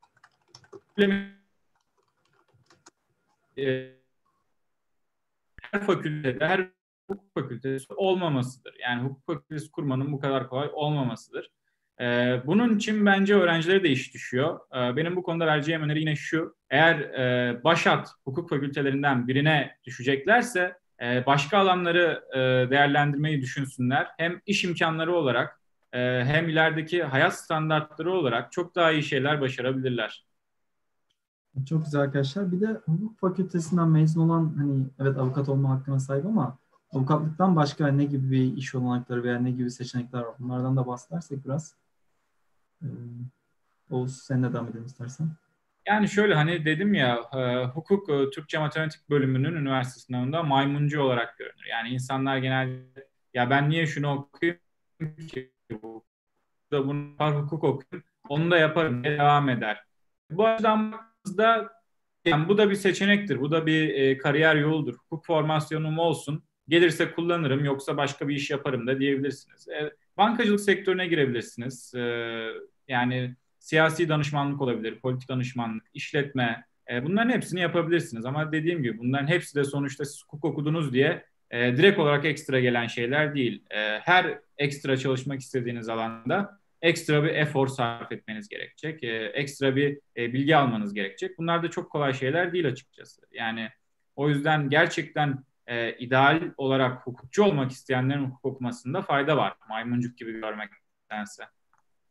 Her fakültede, her hukuk fakültesi olmamasıdır. Yani hukuk fakültesi kurmanın bu kadar kolay olmamasıdır. Bunun için bence öğrencilere de iş düşüyor. Benim bu konuda vereceğim öneri yine şu. Eğer başat hukuk fakültelerinden birine düşeceklerse başka alanları değerlendirmeyi düşünsünler. Hem iş imkanları olarak hem ilerideki hayat standartları olarak çok daha iyi şeyler başarabilirler. Çok güzel arkadaşlar. Bir de hukuk fakültesinden mezun olan hani evet avukat olma hakkına sahip ama avukatlıktan başka ne gibi bir iş olanakları veya ne gibi seçenekler var? Bunlardan da bahsedersek biraz. Ee, Oğuz sen de devam edelim istersen. Yani şöyle, hani dedim ya, hukuk Türkçe Matematik bölümünün üniversite sınavında maymuncu olarak görünür. Yani insanlar genelde ya ben niye şunu okuyayım ki, da bunu yapar, hukuk okuyayım onu da yaparım diye devam eder. Bu açıdan baktığımızda yani bu da bir seçenektir. Bu da bir kariyer yoludur. Hukuk formasyonum olsun. Gelirse kullanırım yoksa başka bir iş yaparım da diyebilirsiniz. Bankacılık sektörüne girebilirsiniz. Yani siyasi danışmanlık olabilir, politik danışmanlık, işletme. Bunların hepsini yapabilirsiniz. Ama dediğim gibi bunların hepsi de sonuçta siz hukuk okudunuz diye direkt olarak ekstra gelen şeyler değil. Her ekstra çalışmak istediğiniz alanda ekstra bir efor sarf etmeniz gerekecek. Ekstra bir bilgi almanız gerekecek. Bunlar da çok kolay şeyler değil açıkçası. Yani o yüzden gerçekten ideal olarak hukukçu olmak isteyenlerin hukuk okumasında fayda var. Maymuncuk gibi görmektense.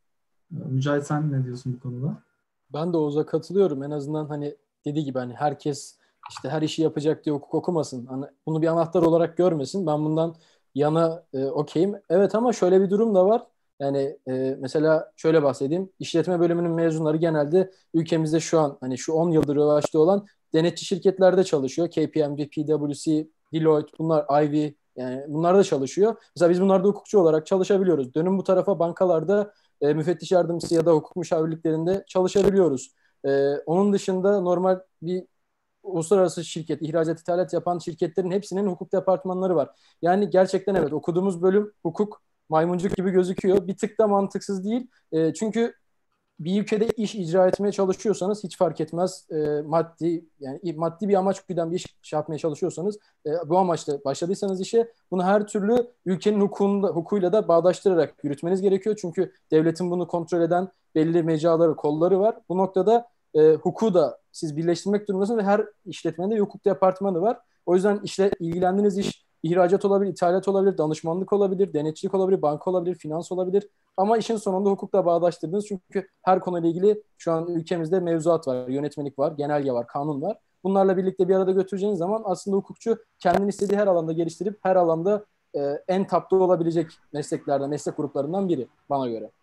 Mücahit sen ne diyorsun bu konuda? Ben de Oğuz'a katılıyorum. En azından hani dediği gibi hani herkes işte her işi yapacak diye hukuk okumasın. Hani bunu bir anahtar olarak görmesin. Ben bundan yana okeyim. Evet ama şöyle bir durum da var. Yani mesela şöyle bahsedeyim. İşletme bölümünün mezunları genelde ülkemizde şu an hani şu 10 yıldır revaçta olan denetçi şirketlerde çalışıyor. KPMG, PwC, Deloitte, bunlar Ivy, yani bunlar da çalışıyor. Mesela biz bunlarda hukukçu olarak çalışabiliyoruz. Dönün bu tarafa, bankalarda müfettiş yardımcısı ya da hukuk müşavirliklerinde çalışabiliyoruz. Onun dışında normal bir uluslararası şirket, ihracat ithalat yapan şirketlerin hepsinin hukuk departmanları var. Yani gerçekten evet, okuduğumuz bölüm hukuk maymuncuk gibi gözüküyor. Bir tık da mantıksız değil. Çünkü bir ülkede iş icra etmeye çalışıyorsanız hiç fark etmez, maddi, yani maddi bir amaç güden bir iş yapmaya çalışıyorsanız, bu amaçla başladıysanız işe, bunu her türlü ülkenin hukukuyla da bağdaştırarak yürütmeniz gerekiyor. Çünkü devletin bunu kontrol eden belli mecraları, kolları var. Bu noktada hukuku da siz birleştirmek durumundasınız ve her işletmenin de bir hukuk departmanı var. O yüzden işte ilgilendiğiniz iş ihracat olabilir, ithalat olabilir, danışmanlık olabilir, denetçilik olabilir, banka olabilir, finans olabilir. Ama işin sonunda hukukla bağdaştırdınız. Çünkü her konuyla ilgili şu an ülkemizde mevzuat var, yönetmelik var, genelge var, kanun var. Bunlarla birlikte bir arada götüreceğiniz zaman aslında hukukçu kendini istediği her alanda geliştirip her alanda en tapta olabilecek mesleklerden, meslek gruplarından biri bana göre.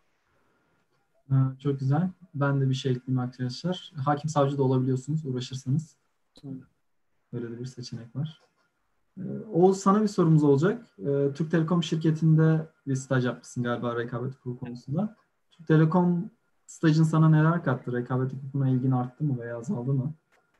Çok güzel. Ben de bir şey ekleyeyim arkadaşlar. Hakim savcı da olabiliyorsunuz uğraşırsanız. Böyle de bir seçenek var. Oğuz, sana bir sorumuz olacak. Türk Telekom şirketinde bir staj yapmışsın galiba rekabet hukuku konusunda. Türk Telekom stajın sana neler kattı? Rekabet hukukuna ilgin arttı mı veya azaldı mı?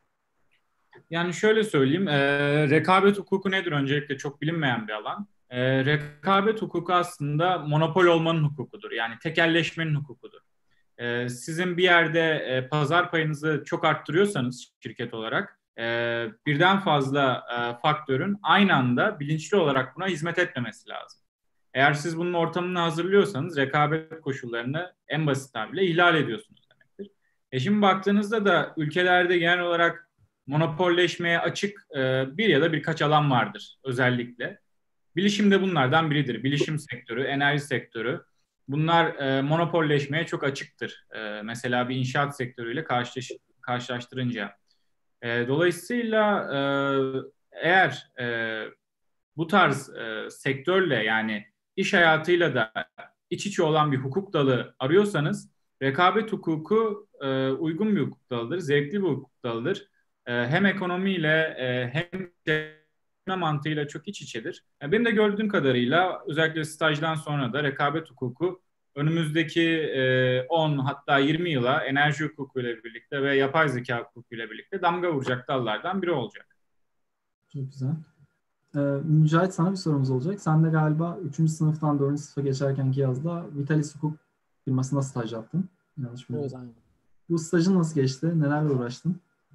Yani şöyle söyleyeyim, rekabet hukuku nedir? Öncelikle çok bilinmeyen bir alan. Rekabet hukuku aslında monopol olmanın hukukudur. Yani tekelleşmenin hukukudur. Sizin bir yerde pazar payınızı çok arttırıyorsanız şirket olarak, birden fazla faktörün aynı anda bilinçli olarak buna hizmet etmemesi lazım. Eğer siz bunun ortamını hazırlıyorsanız rekabet koşullarını en basit tabirle ihlal ediyorsunuz demektir. Şimdi baktığınızda da ülkelerde genel olarak monopolleşmeye açık bir ya da birkaç alan vardır özellikle. Bilişim de bunlardan biridir. Bilişim sektörü, enerji sektörü. Bunlar monopolleşmeye çok açıktır. Mesela bir inşaat sektörüyle karşılaştırınca. Dolayısıyla eğer bu tarz sektörle, yani iş hayatıyla da iç içe olan bir hukuk dalı arıyorsanız, rekabet hukuku uygun bir hukuk dalıdır, zevkli bir hukuk dalıdır. Hem ekonomiyle hem mantığıyla çok iç içedir. Benim de gördüğüm kadarıyla özellikle stajdan sonra da rekabet hukuku önümüzdeki 10 hatta 20 yıla enerji hukukuyla birlikte ve yapay zeka hukukuyla birlikte damga vuracak dallardan biri olacak. Çok güzel. Mücahit, sana bir sorumuz olacak. Sen de galiba 3. sınıftan 4. sınıfa geçerkenki yazda Vitalis Hukuk firmasında staj yaptın. Yanlış mı? Evet, aynen. Bu stajın nasıl geçti? Nelerle uğraştın?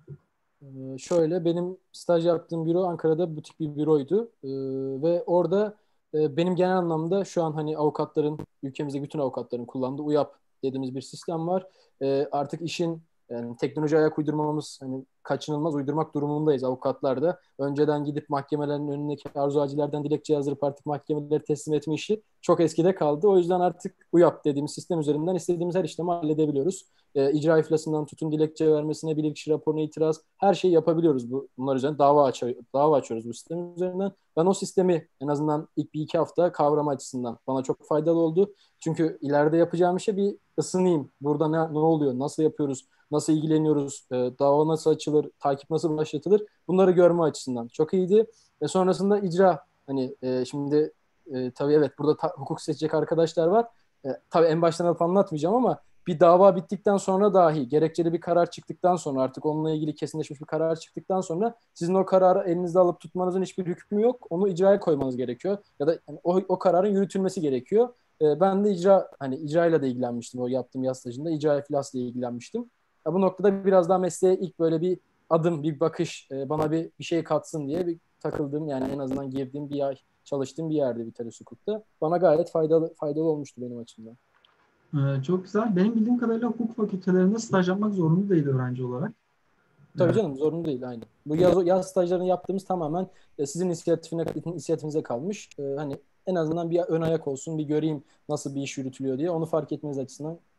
Şöyle, benim staj yaptığım büro Ankara'da butik bir büroydu. Ve orada benim genel anlamda şu an hani avukatların, ülkemizdeki bütün avukatların kullandığı UYAP dediğimiz bir sistem var. Artık işin, yani teknoloji ayak uydurmamız hani kaçınılmaz, uydurmak durumundayız avukatlar da. Önceden gidip mahkemelerin önündeki arzu acilerden dilekçe yazdırıp artık mahkemeleri teslim etme işi çok eskide kaldı. O yüzden artık UYAP dediğimiz sistem üzerinden istediğimiz her işlemi halledebiliyoruz. İcra iflasından tutun dilekçe vermesine, bilirkişi raporuna itiraz, her şeyi yapabiliyoruz bunlar üzerine. Dava açıyoruz bu sistem üzerinden. Ben o sistemi en azından ilk bir iki hafta kavrama açısından bana çok faydalı oldu. Çünkü ileride yapacağım işe bir ısınayım. Burada ne oluyor, nasıl yapıyoruz, nasıl ilgileniyoruz, dava nasıl açılır, takip nasıl başlatılır, bunları görme açısından çok iyiydi. Ve sonrasında icra, hani şimdi tabii evet, burada hukuk seçecek arkadaşlar var. Tabii en baştan alıp anlatmayacağım ama bir dava bittikten sonra dahi, gerekçeli bir karar çıktıktan sonra, artık onunla ilgili kesinleşmiş bir karar çıktıktan sonra sizin o kararı elinizde alıp tutmanızın hiçbir hükmü yok. Onu icraya koymanız gerekiyor. Ya da yani o kararın yürütülmesi gerekiyor. Ben de icrayla da ilgilenmiştim o yaptığım yaz stajında. İcra iflasla ilgilenmiştim. Ya bu noktada biraz daha mesleğe ilk böyle bir adım, bir bakış, bana bir şey katsın diye bir takıldığım, yani en azından girdiğim bir ay çalıştığım bir yerde Vitalis Hukuk'ta. Bana gayet faydalı olmuştu benim açımdan. Çok güzel. Benim bildiğim kadarıyla hukuk fakültelerinde staj yapmak zorunlu değil öğrenci olarak. Tabii canım, zorunlu değil, aynen. Bu yaz stajlarını yaptığımız tamamen sizin inisiyatifinize kalmış. Hani en azından bir ön ayak olsun, bir göreyim nasıl bir iş yürütülüyor diye, onu fark etmeniz açısından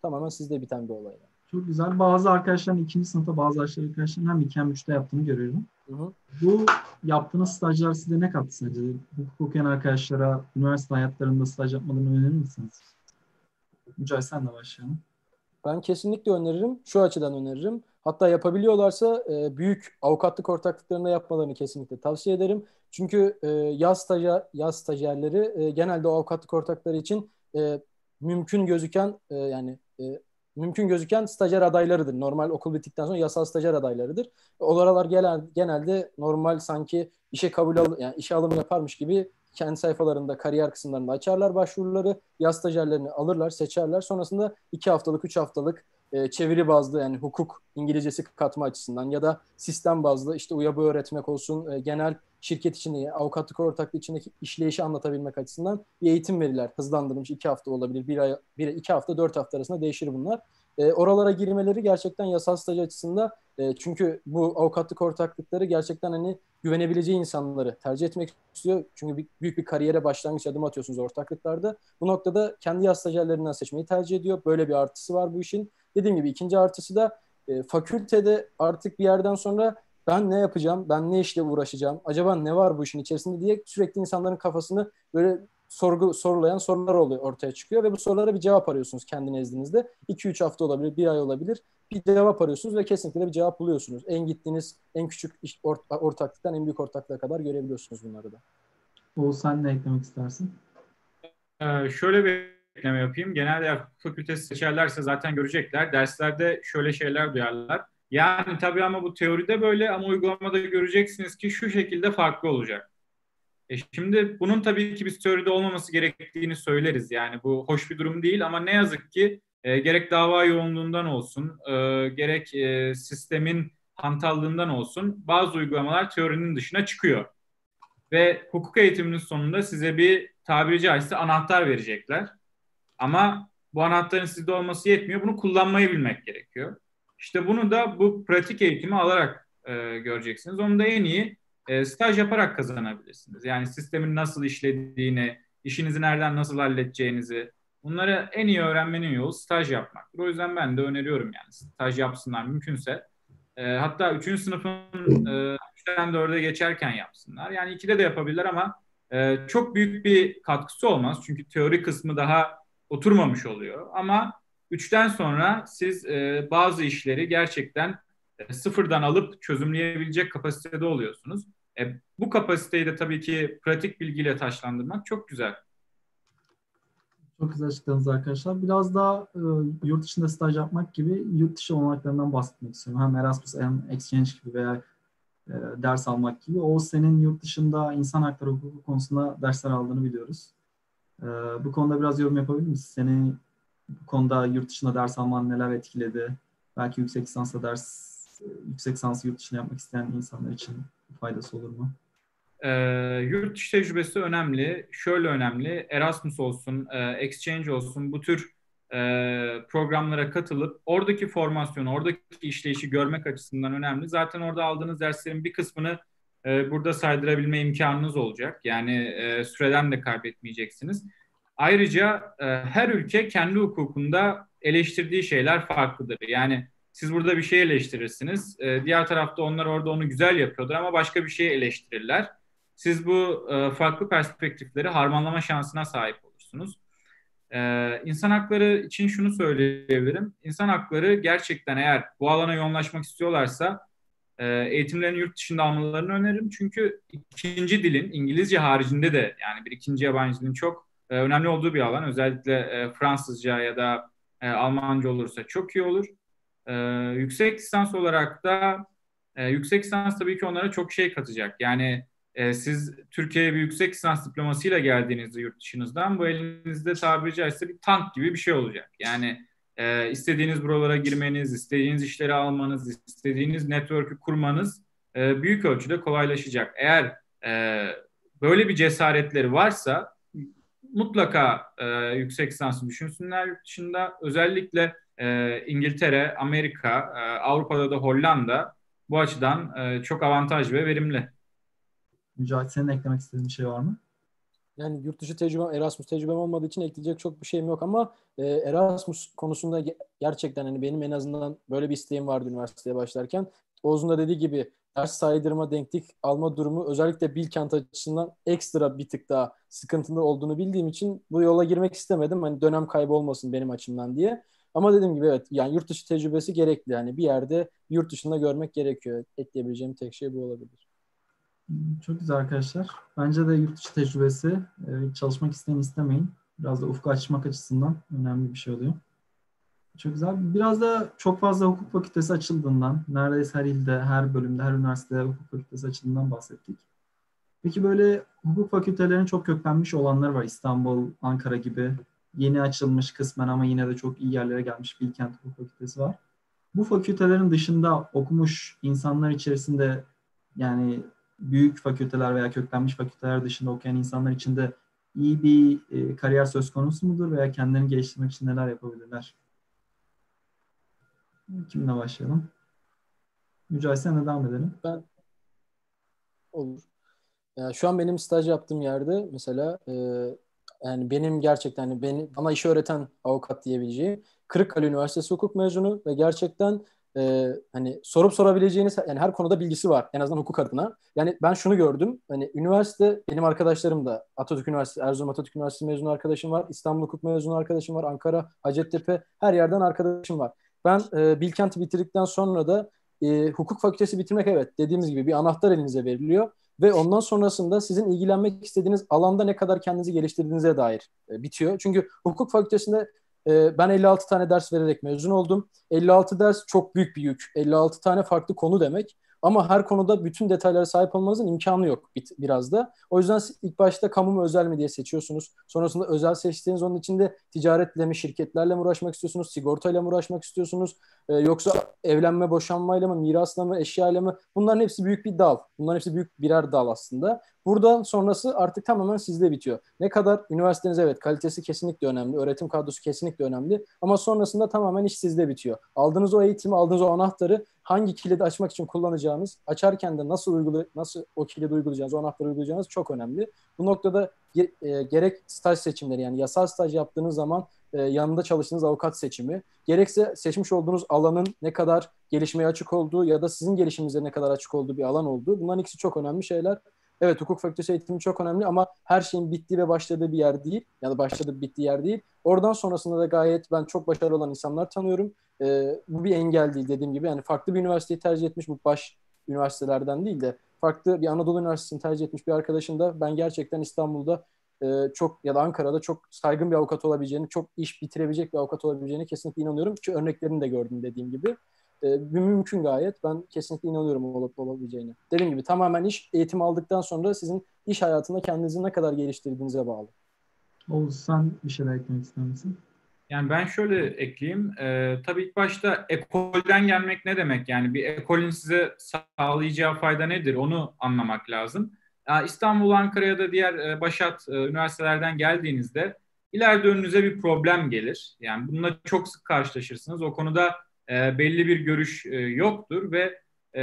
Tamamen sizde biten bir olay. Çok güzel. Bazı arkadaşların ikinci sınıfta, bazı arkadaşların hem 2 hem 3'te yaptığını görüyorum. Hı hı. Bu yaptığınız stajlar size ne kattı sence? Hukuk okuyan arkadaşlara üniversite hayatlarında staj yapmalarını önerir misiniz? Mücahit senle başlayalım. Ben kesinlikle öneririm. Şu açıdan öneririm. Hatta yapabiliyorlarsa büyük avukatlık ortaklıklarında yapmalarını kesinlikle tavsiye ederim. Çünkü yaz stajyerleri genelde o avukatlık ortakları için mümkün gözüken mümkün gözüken stajyer adaylarıdır. Normal okul bittikten sonra yasal stajyer adaylarıdır. Oralar genelde normal sanki yani işe alım yaparmış gibi kendi sayfalarında, kariyer kısımlarında açarlar başvuruları. Yaz stajyerlerini alırlar, seçerler. Sonrasında 2 haftalık, 3 haftalık çeviri bazlı yani hukuk İngilizcesi katma açısından ya da sistem bazlı işte UYAB'ı öğretmek olsun, genel şirket içinde, avukatlık ortaklığı içindeki işleyişi anlatabilmek açısından bir eğitim verirler. Hızlandırılmış 2 hafta olabilir, 2 hafta, 4 hafta arasında değişir bunlar. Oralara girmeleri gerçekten yasal staj açısından çünkü bu avukatlık ortaklıkları gerçekten hani güvenebileceği insanları tercih etmek istiyor. Çünkü büyük bir kariyere başlangıç adım atıyorsunuz ortaklıklarda. Bu noktada kendi yaz stajyerlerinden seçmeyi tercih ediyor. Böyle bir artısı var bu işin. Dediğim gibi ikinci artısı da fakültede artık bir yerden sonra ben ne yapacağım, ben ne işle uğraşacağım, acaba ne var bu işin içerisinde diye sürekli insanların kafasını böyle sorulayan sorular oluyor, ortaya çıkıyor ve bu sorulara bir cevap arıyorsunuz kendi nezdinizde. 2-3 hafta olabilir, bir ay olabilir. Bir cevap arıyorsunuz ve kesinlikle de bir cevap buluyorsunuz. En küçük ortaklıktan en büyük ortaklığa kadar görebiliyorsunuz bunları da. Oğuz sen ne eklemek istersin? Şöyle bir ekleme yapayım. Genelde fakültesi seçerlerse zaten görecekler. Derslerde şöyle şeyler duyarlar. Yani tabii ama bu teoride böyle ama uygulamada göreceksiniz ki şu şekilde farklı olacak. Şimdi bunun tabii ki biz teoride olmaması gerektiğini söyleriz. Yani bu hoş bir durum değil ama ne yazık ki gerek dava yoğunluğundan olsun, gerek sistemin hantallığından olsun bazı uygulamalar teorinin dışına çıkıyor. Ve hukuk eğitiminin sonunda size bir tabiri caizse anahtar verecekler. Ama bu anahtarın sizde olması yetmiyor. Bunu kullanmayı bilmek gerekiyor. İşte bunu da bu pratik eğitimi alarak göreceksiniz. Onu da en iyi staj yaparak kazanabilirsiniz. Yani sistemin nasıl işlediğini, işinizi nereden nasıl halledeceğinizi, bunları en iyi öğrenmenin yolu staj yapmaktır. O yüzden ben de öneriyorum yani staj yapsınlar mümkünse. Hatta 3. sınıfın 3'ten 4'e geçerken yapsınlar. Yani 2'de de yapabilirler ama çok büyük bir katkısı olmaz. Çünkü teori kısmı daha oturmamış oluyor. Ama 3'ten sonra siz bazı işleri gerçekten sıfırdan alıp çözümleyebilecek kapasitede oluyorsunuz. Bu kapasiteyi de tabii ki pratik bilgiyle taşlandırmak çok güzel. Çok güzel açıkladınız arkadaşlar. Biraz daha yurt dışında staj yapmak gibi yurt dışı olanaklarından bahsetmek istiyorum. Hem Erasmus hem Exchange gibi veya ders almak gibi. O senin yurt dışında insan hakları hukuku konusunda dersler aldığını biliyoruz. Bu konuda biraz yorum yapabilir misin? Seni bu konuda yurt dışında ders alman neler etkiledi? Belki yüksek lisansı yurt dışında yapmak isteyen insanlar için faydası olur mu? Yurt dışı tecrübesi önemli. Şöyle önemli. Erasmus olsun, Exchange olsun bu tür programlara katılıp oradaki formasyonu, oradaki işleyişi görmek açısından önemli. Zaten orada aldığınız derslerin bir kısmını burada saydırabilme imkanınız olacak. Yani süreden de kaybetmeyeceksiniz. Ayrıca her ülke kendi hukukunda eleştirdiği şeyler farklıdır. Yani siz burada bir şey eleştirirsiniz. Diğer tarafta onlar orada onu güzel yapıyordur ama başka bir şeyi eleştirirler. Siz bu farklı perspektifleri harmanlama şansına sahip olursunuz. İnsan hakları için şunu söyleyebilirim. İnsan hakları gerçekten eğer bu alana yoğunlaşmak istiyorlarsa eğitimlerini yurt dışında almalarını öneririm. Çünkü ikinci dilin İngilizce haricinde de yani bir ikinci yabancı dilin çok önemli olduğu bir alan. Özellikle Fransızca ya da Almanca olursa çok iyi olur. Yüksek lisans olarak da yüksek lisans tabii ki onlara çok şey katacak. Yani siz Türkiye'ye bir yüksek lisans diplomasıyla geldiğinizde yurt dışınızdan bu elinizde tabiri caizse bir tank gibi bir şey olacak. Yani istediğiniz buralara girmeniz, istediğiniz işleri almanız, istediğiniz network'ü kurmanız büyük ölçüde kolaylaşacak. Eğer böyle bir cesaretleri varsa mutlaka yüksek lisansı düşünsünler yurt dışında. Özellikle İngiltere, Amerika, Avrupa'da da Hollanda bu açıdan çok avantajlı ve verimli. Mücahit senin eklemek istediğin bir şey var mı? Yani yurt dışı tecrübem, Erasmus tecrübem olmadığı için ekleyecek çok bir şeyim yok ama Erasmus konusunda gerçekten hani benim en azından böyle bir isteğim vardı üniversiteye başlarken. Oğuz'un da dediği gibi ders saydırma, denklik alma durumu özellikle Bilkent açısından ekstra bir tık daha sıkıntılı olduğunu bildiğim için bu yola girmek istemedim. Hani dönem kaybı olmasın benim açımdan diye. Ama dediğim gibi evet, yani yurt dışı tecrübesi gerekli. Yani bir yerde yurt dışında görmek gerekiyor. Ekleyebileceğim tek şey bu olabilir. Çok güzel arkadaşlar. Bence de yurt dışı tecrübesi çalışmak isteyin istemeyin. Biraz da ufku açmak açısından önemli bir şey oluyor. Çok güzel. Biraz da çok fazla hukuk fakültesi açıldığından, neredeyse her ilde, her bölümde, her üniversitede hukuk fakültesi açıldığından bahsettik. Peki böyle hukuk fakültelerinin çok köklenmiş olanları var. İstanbul, Ankara gibi. Yeni açılmış kısmen ama yine de çok iyi yerlere gelmiş Bilkent Hukuk Fakültesi var. Bu fakültelerin dışında okumuş insanlar içerisinde yani büyük fakülteler veya köklenmiş fakülteler dışında okuyan insanlar için de iyi bir kariyer söz konusu mudur veya kendilerini geliştirmek için neler yapabilirler? Kimle başlayalım? Mücahit senle devam edelim. Ben olur. Yani şu an benim staj yaptığım yerde mesela yani benim gerçekten hani bana işi öğreten avukat diyebileceğim Kırıkkale Üniversitesi hukuk mezunu ve gerçekten hani sorup sorabileceğiniz yani her konuda bilgisi var en azından hukuk adına. Yani ben şunu gördüm. Hani üniversite benim arkadaşlarım da Atatürk Üniversitesi, Erzurum Atatürk Üniversitesi mezunu arkadaşım var. İstanbul Hukuk mezunu arkadaşım var. Ankara, Hacettepe her yerden arkadaşım var. Ben Bilkent'i bitirdikten sonra da hukuk fakültesi bitirmek evet dediğimiz gibi bir anahtar elinize veriliyor ve ondan sonrasında sizin ilgilenmek istediğiniz alanda ne kadar kendinizi geliştirdiğinize dair bitiyor. Çünkü hukuk fakültesinde ben 56 tane ders vererek mezun oldum. 56 ders çok büyük bir yük. 56 tane farklı konu demek. Ama her konuda bütün detaylara sahip olmanızın imkanı yok biraz da. O yüzden ilk başta kamu mu özel mi diye seçiyorsunuz. Sonrasında özel seçtiğiniz onun içinde ticaretle mi, şirketlerle mi uğraşmak istiyorsunuz, sigortayla mı uğraşmak istiyorsunuz? Yoksa evlenme, boşanmayla mı, mirasla mı, eşyayla mı? Bunların hepsi büyük bir dal. Bunların hepsi büyük birer dal aslında. Buradan sonrası artık tamamen sizde bitiyor. Ne kadar üniversiteniz evet kalitesi kesinlikle önemli, öğretim kadrosu kesinlikle önemli ama sonrasında tamamen iş sizde bitiyor. Aldığınız o eğitimi, aldığınız o anahtarı hangi kilidi açmak için kullanacağınız, açarken de nasıl o kilidi uygulayacağınız, o anahtarı uygulayacağınız çok önemli. Bu noktada gerek staj seçimleri yani yasal staj yaptığınız zaman yanında çalıştığınız avukat seçimi, gerekse seçmiş olduğunuz alanın ne kadar gelişmeye açık olduğu ya da sizin gelişiminize ne kadar açık olduğu bir alan olduğu. Bunların ikisi çok önemli şeyler. Evet hukuk fakültesi eğitimi çok önemli ama her şeyin bittiği ve başladığı bir yer değil. Ya da başladığı bittiği yer değil. Oradan sonrasında da gayet ben çok başarılı olan insanlar tanıyorum. Bu bir engel değil dediğim gibi. Yani farklı bir üniversiteyi tercih etmiş bu baş üniversitelerden değil de farklı bir Anadolu Üniversitesi'ni tercih etmiş bir arkadaşın da ben gerçekten İstanbul'da çok ya da Ankara'da çok saygın bir avukat olabileceğini, çok iş bitirebilecek bir avukat olabileceğini kesinlikle inanıyorum. Ki örneklerini de gördüm dediğim gibi. Mümkün gayet. Ben kesinlikle inanıyorum olabileceğine. Dediğim gibi tamamen iş eğitim aldıktan sonra sizin iş hayatında kendinizi ne kadar geliştirdiğinize bağlı. Oğuz sen bir şeyler eklemek ister misin? Yani ben şöyle ekleyeyim. Tabii ilk başta ekolden gelmek ne demek? Yani bir ekolün size sağlayacağı fayda nedir? Onu anlamak lazım. İstanbul, Ankara ya da diğer başat üniversitelerden geldiğinizde ileride önünüze bir problem gelir. Yani bununla çok sık karşılaşırsınız. O konuda belli bir görüş yoktur ve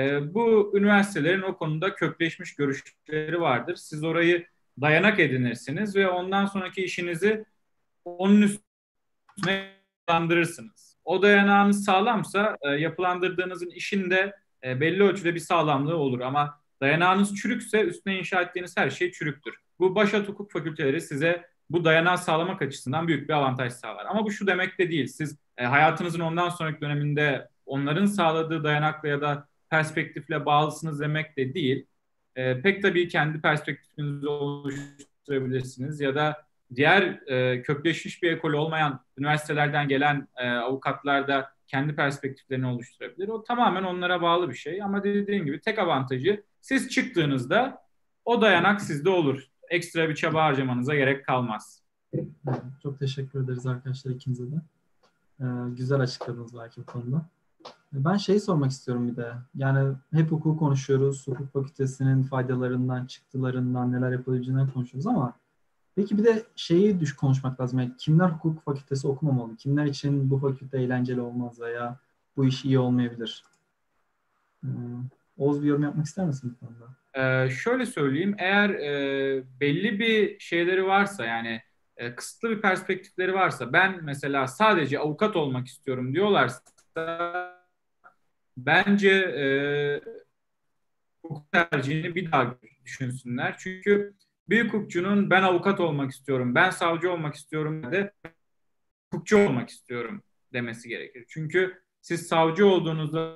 bu üniversitelerin o konuda kökleşmiş görüşleri vardır. Siz orayı dayanak edinirsiniz ve ondan sonraki işinizi onun yapılandırırsınız. O dayanağınız sağlamsa yapılandırdığınızın işinde belli ölçüde bir sağlamlığı olur ama dayanağınız çürükse üstüne inşa ettiğiniz her şey çürüktür. Bu başat hukuk fakülteleri size bu dayanağı sağlamak açısından büyük bir avantaj sağlar. Ama bu şu demek de değil. Siz hayatınızın ondan sonraki döneminde onların sağladığı dayanakla ya da perspektifle bağlısınız demek de değil. Pek tabii kendi perspektifinizi oluşturabilirsiniz ya da diğer kökleşmiş bir ekol olmayan üniversitelerden gelen avukatlar da kendi perspektiflerini oluşturabilir. O tamamen onlara bağlı bir şey. Ama dediğim gibi tek avantajı siz çıktığınızda o dayanak sizde olur. Ekstra bir çaba harcamanıza gerek kalmaz. Çok teşekkür ederiz arkadaşlar ikinize de. Güzel açıkladınız belki bu konuda. Ben şeyi sormak istiyorum bir de. Yani hep hukuk konuşuyoruz. Hukuk fakültesinin faydalarından, çıktılarından, neler yapılabileceğinden konuşuyoruz ama peki bir de konuşmak lazım. Yani kimler hukuk fakültesi okumamalı? Kimler için bu fakülte eğlenceli olmaz veya bu iş iyi olmayabilir? Oğuz bir yorum yapmak ister misin bu konuda? Şöyle söyleyeyim, eğer belli bir şeyleri varsa, yani kısıtlı bir perspektifleri varsa, ben mesela sadece avukat olmak istiyorum diyorlarsa, bence hukuk tercihini bir daha düşünsünler. Çünkü bir hukukçunun ben avukat olmak istiyorum, ben savcı olmak istiyorum de hukukçu olmak istiyorum demesi gerekir. Çünkü siz savcı olduğunuzda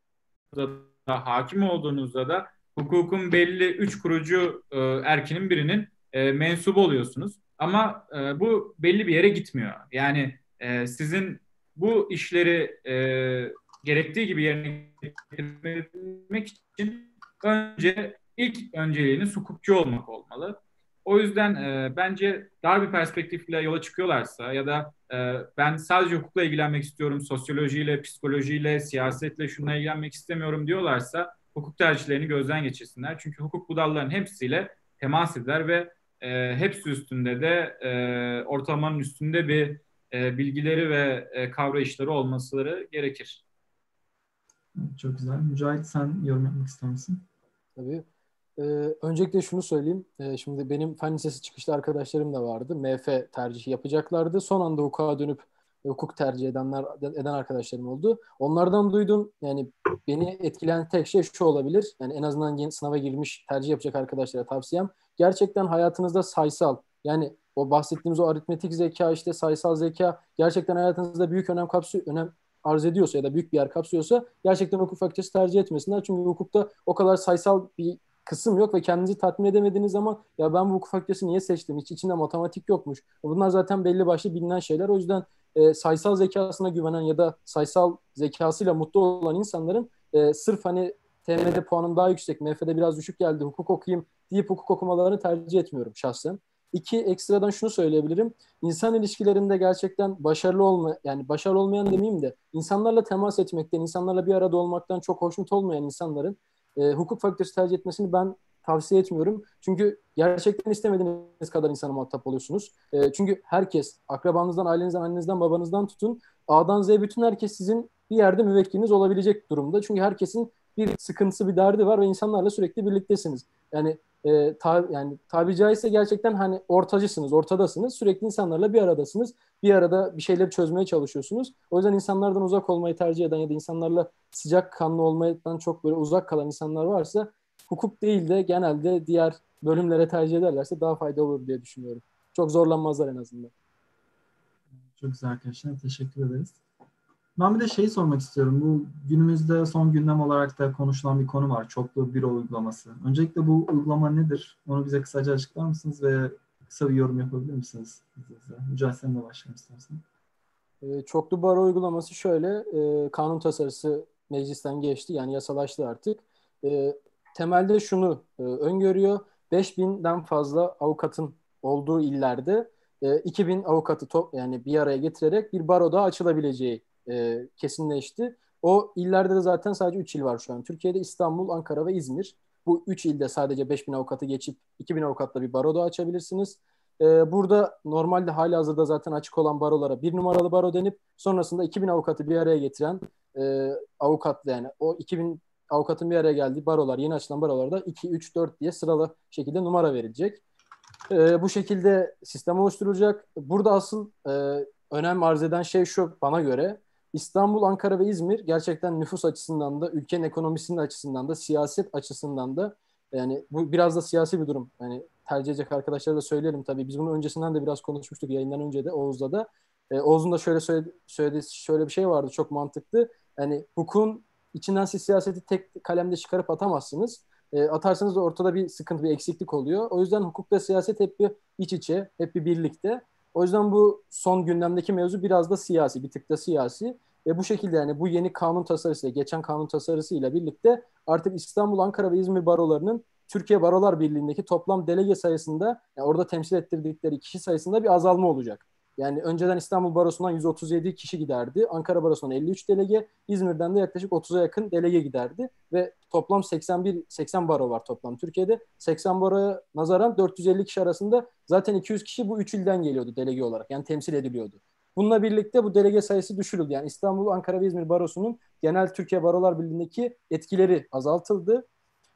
da hakim olduğunuzda da hukukun belli üç kurucu erkinin birinin mensubu oluyorsunuz. Ama bu belli bir yere gitmiyor. Yani sizin bu işleri gerektiği gibi yerine getirmek için önce ilk önceliğiniz hukukçu olmak olmalı. O yüzden bence dar bir perspektifle yola çıkıyorlarsa ya da ben sadece hukukla ilgilenmek istiyorum, sosyolojiyle, psikolojiyle, siyasetle şununla ilgilenmek istemiyorum diyorlarsa hukuk tercihlerini gözden geçirsinler. Çünkü hukuk bu dalların hepsiyle temas eder ve hepsi üstünde de ortalamanın üstünde bir bilgileri ve kavrayışları olması gerekir. Çok güzel. Mücahit, sen yorum yapmak ister misin? Tabii. Ee, Öncelikle şunu söyleyeyim. Şimdi benim fen lisesi çıkışlı arkadaşlarım da vardı. MF tercihi yapacaklardı. Son anda hukuka dönüp hukuk tercih eden arkadaşlarım oldu. Onlardan duydum. Yani beni etkileyen tek şey şu olabilir. Yani en azından yeni sınava girmiş tercih yapacak arkadaşlara tavsiyem. Gerçekten hayatınızda sayısal, yani o bahsettiğimiz o aritmetik zeka, işte sayısal zeka gerçekten hayatınızda büyük önem arz ediyorsa ya da büyük bir yer kapsıyorsa gerçekten hukuk fakültesi tercih etmesinler. Çünkü hukukta o kadar sayısal bir kısım yok ve kendinizi tatmin edemediğiniz zaman ya ben bu hukuk fakültesi niye seçtim? Hiç içinde matematik yokmuş. Bunlar zaten belli başlı bilinen şeyler. O yüzden sayısal zekasına güvenen ya da sayısal zekasıyla mutlu olan insanların sırf hani TM'de puanım daha yüksek, MF'de biraz düşük geldi, hukuk okuyayım deyip hukuk okumalarını tercih etmiyorum şahsen. İki, ekstradan şunu söyleyebilirim. İnsan ilişkilerinde gerçekten yani başarılı olmayan demeyeyim de insanlarla temas etmekten, insanlarla bir arada olmaktan çok hoşnut olmayan insanların hukuk fakültesi tercih etmesini ben tavsiye etmiyorum. Çünkü gerçekten istemediğiniz kadar insana muhatap oluyorsunuz. Çünkü herkes, akrabanızdan, ailenizden, annenizden, babanızdan tutun, A'dan Z'ye bütün herkes sizin bir yerde müvekkiliniz olabilecek durumda. Çünkü herkesin bir sıkıntısı, bir derdi var ve insanlarla sürekli birliktesiniz. Yani tabiri caizse gerçekten hani ortacısınız, ortadasınız. Sürekli insanlarla bir aradasınız. Bir arada bir şeyleri çözmeye çalışıyorsunuz. O yüzden insanlardan uzak olmayı tercih eden ya da insanlarla sıcak kanlı olmaktan çok böyle uzak kalan insanlar varsa hukuk değil de genelde diğer bölümlere tercih ederlerse daha faydalı olur diye düşünüyorum. Çok zorlanmazlar en azından. Çok güzel arkadaşlar. Teşekkür ederiz. Ben bir de şeyi sormak istiyorum. Bu günümüzde son gündem olarak da konuşulan bir konu var. Çoklu büro uygulaması. Öncelikle bu uygulama nedir? Onu bize kısaca açıklar mısınız ve kısa bir yorum yapabilir misiniz? Mücahit, sen de başlayalım istersen. Çoklu baro uygulaması şöyle, kanun tasarısı meclisten geçti, yani yasalaştı artık. E, Temelde şunu öngörüyor, 5.000'den fazla avukatın olduğu illerde 2.000 avukatı yani bir araya getirerek bir baro daha açılabileceği kesinleşti. O illerde de zaten sadece 3 il var şu an. Türkiye'de İstanbul, Ankara ve İzmir. Bu 3 ilde sadece 5.000 avukatı geçip 2.000 avukatla bir baro daha açabilirsiniz. Burada normalde halihazırda zaten açık olan barolara bir numaralı baro denip sonrasında 2.000 avukatı bir araya getiren avukatlı, yani o 2.000 avukatın bir araya geldiği barolar, yeni açılan barolarda 2, 3, 4 diye sıralı şekilde numara verilecek. Bu şekilde sistem oluşturulacak. Burada asıl önem arz eden şey şu bana göre: İstanbul, Ankara ve İzmir gerçekten nüfus açısından da, ülkenin ekonomisinin açısından da, siyaset açısından da, yani bu biraz da siyasi bir durum. Yani tercih edecek arkadaşlara da söyleyelim tabii. Biz bunu öncesinden de biraz konuşmuştuk, yayından önce de Oğuz'da da. Oğuz'un da söyledi, şöyle bir şey vardı çok mantıklı. Yani hukukun içinden siz siyaseti tek kalemde çıkarıp atamazsınız. Atarsanız da ortada bir sıkıntı, bir eksiklik oluyor. O yüzden hukukla siyaset hep bir iç içe, hep bir birlikte. O yüzden bu son gündemdeki mevzu biraz da siyasi, bir tık da siyasi. Ve bu şekilde yani bu yeni kanun tasarısıyla, geçen kanun tasarısıyla birlikte artık İstanbul, Ankara ve İzmir barolarının Türkiye Barolar Birliği'ndeki toplam delege sayısında, yani orada temsil ettirdikleri kişi sayısında bir azalma olacak. Yani önceden İstanbul Barosu'ndan 137 kişi giderdi. Ankara Barosu'ndan 53 delege, İzmir'den de yaklaşık 30'a yakın delege giderdi. Ve toplam 80 baro var toplam Türkiye'de. 80 baroya nazaran 450 kişi arasında zaten 200 kişi bu 3 ilden geliyordu delege olarak. Yani temsil ediliyordu. Bununla birlikte bu delege sayısı düşürüldü. Yani İstanbul, Ankara ve İzmir Barosu'nun genel Türkiye Barolar Birliği'ndeki etkileri azaltıldı.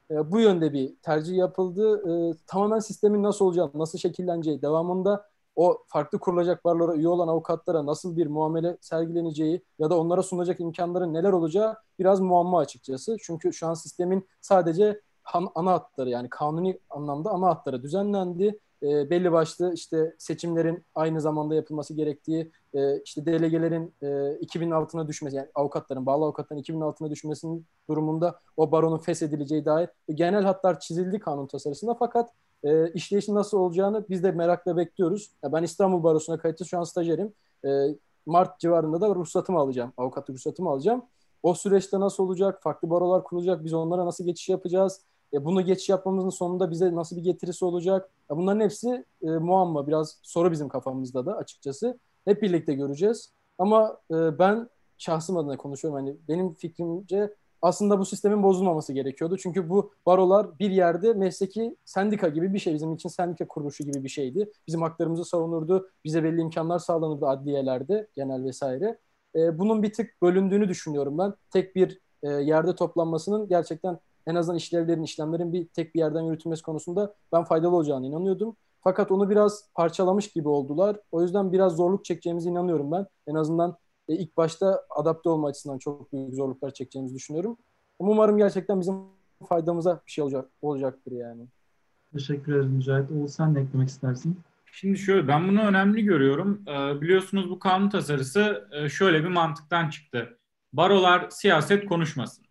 Bu yönde bir tercih yapıldı. Tamamen sistemin nasıl olacağı, nasıl şekilleneceği, devamında o farklı kurulacak barlara üye olan avukatlara nasıl bir muamele sergileneceği ya da onlara sunulacak imkanların neler olacağı biraz muamma açıkçası. Çünkü şu an sistemin sadece ana hatları, yani kanuni anlamda ana hatları düzenlendi. Belli başlı işte seçimlerin aynı zamanda yapılması gerektiği, işte delegelerin 2000 altına düşmesi, yani avukatların, bağlı avukatların 2000 altına düşmesinin durumunda o baronun feshedileceği dair genel hatlar çizildi kanun tasarısında, fakat işleyişin nasıl olacağını biz de merakla bekliyoruz. Ya ben İstanbul Barosu'na kayıtlı şu an stajyerim. Mart civarında da ruhsatımı alacağım, avukatlık ruhsatımı alacağım. O süreçte nasıl olacak, farklı barolar kurulacak, biz onlara nasıl geçiş yapacağız? Bunu geçiş yapmamızın sonunda bize nasıl bir getirisi olacak? Bunların hepsi muamma, biraz soru bizim kafamızda da açıkçası. Hep birlikte göreceğiz. Ama ben şahsım adına konuşuyorum. Hani benim fikrimce aslında bu sistemin bozulmaması gerekiyordu. Çünkü bu barolar bir yerde mesleki sendika gibi bir şey. Bizim için sendika kuruluşu gibi bir şeydi. Bizim haklarımızı savunurdu. Bize belli imkanlar sağlanırdı adliyelerde, genel vesaire. Bunun bir tık bölündüğünü düşünüyorum ben. Tek bir yerde toplanmasının gerçekten en azından işlemlerin bir tek bir yerden yürütülmesi konusunda ben faydalı olacağına inanıyordum. Fakat onu biraz parçalamış gibi oldular. O yüzden biraz zorluk çekeceğimize inanıyorum ben. En azından ilk başta adapte olma açısından çok büyük zorluklar çekeceğimizi düşünüyorum. Ama umarım gerçekten bizim faydamıza bir şey olacaktır yani. Teşekkür ederim Mücahit. Oğuz, sen de eklemek istersin. Şimdi şöyle, ben bunu önemli görüyorum. Biliyorsunuz bu kanun tasarısı şöyle bir mantıktan çıktı. Barolar siyaset konuşmasın.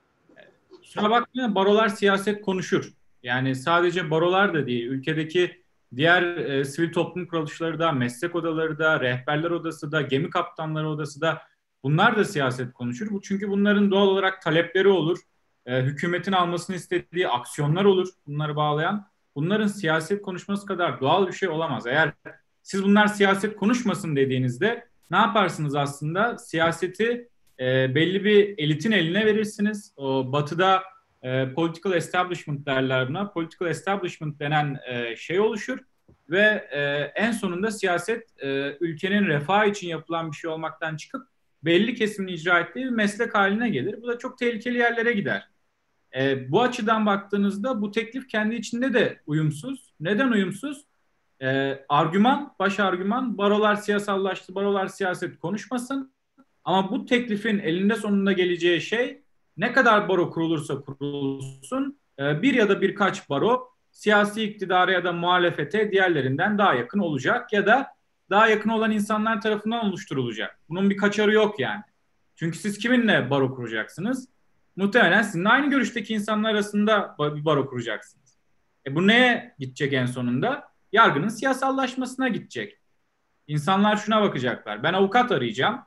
Kusura bakmayın, barolar siyaset konuşur. Yani sadece barolar da değil, ülkedeki diğer sivil toplum kuruluşları da, meslek odaları da, rehberler odası da, gemi kaptanları odası da, bunlar da siyaset konuşur. Bu çünkü bunların doğal olarak talepleri olur. Hükümetin almasını istediği aksiyonlar olur bunları bağlayan. Bunların siyaset konuşması kadar doğal bir şey olamaz. Eğer siz bunlar siyaset konuşmasın dediğinizde ne yaparsınız aslında? Siyaseti belli bir elitin eline verirsiniz. O batıda political establishment derler buna. Political establishment denen şey oluşur ve en sonunda siyaset ülkenin refahı için yapılan bir şey olmaktan çıkıp belli kesimin icra ettiği bir meslek haline gelir. Bu da çok tehlikeli yerlere gider. Bu açıdan baktığınızda bu teklif kendi içinde de uyumsuz. Neden uyumsuz? Baş argüman, barolar siyasallaştı, barolar siyaset konuşmasın. Ama bu teklifin elinde sonunda geleceği şey, ne kadar baro kurulursa kurulsun, bir ya da birkaç baro siyasi iktidara ya da muhalefete diğerlerinden daha yakın olacak ya da daha yakın olan insanlar tarafından oluşturulacak. Bunun bir kaçarı yok yani. Çünkü siz kiminle baro kuracaksınız? Muhtemelen sizinle aynı görüşteki insanlar arasında bir baro kuracaksınız. Bu neye gidecek en sonunda? Yargının siyasallaşmasına gidecek. İnsanlar şuna bakacaklar. Ben avukat arayacağım.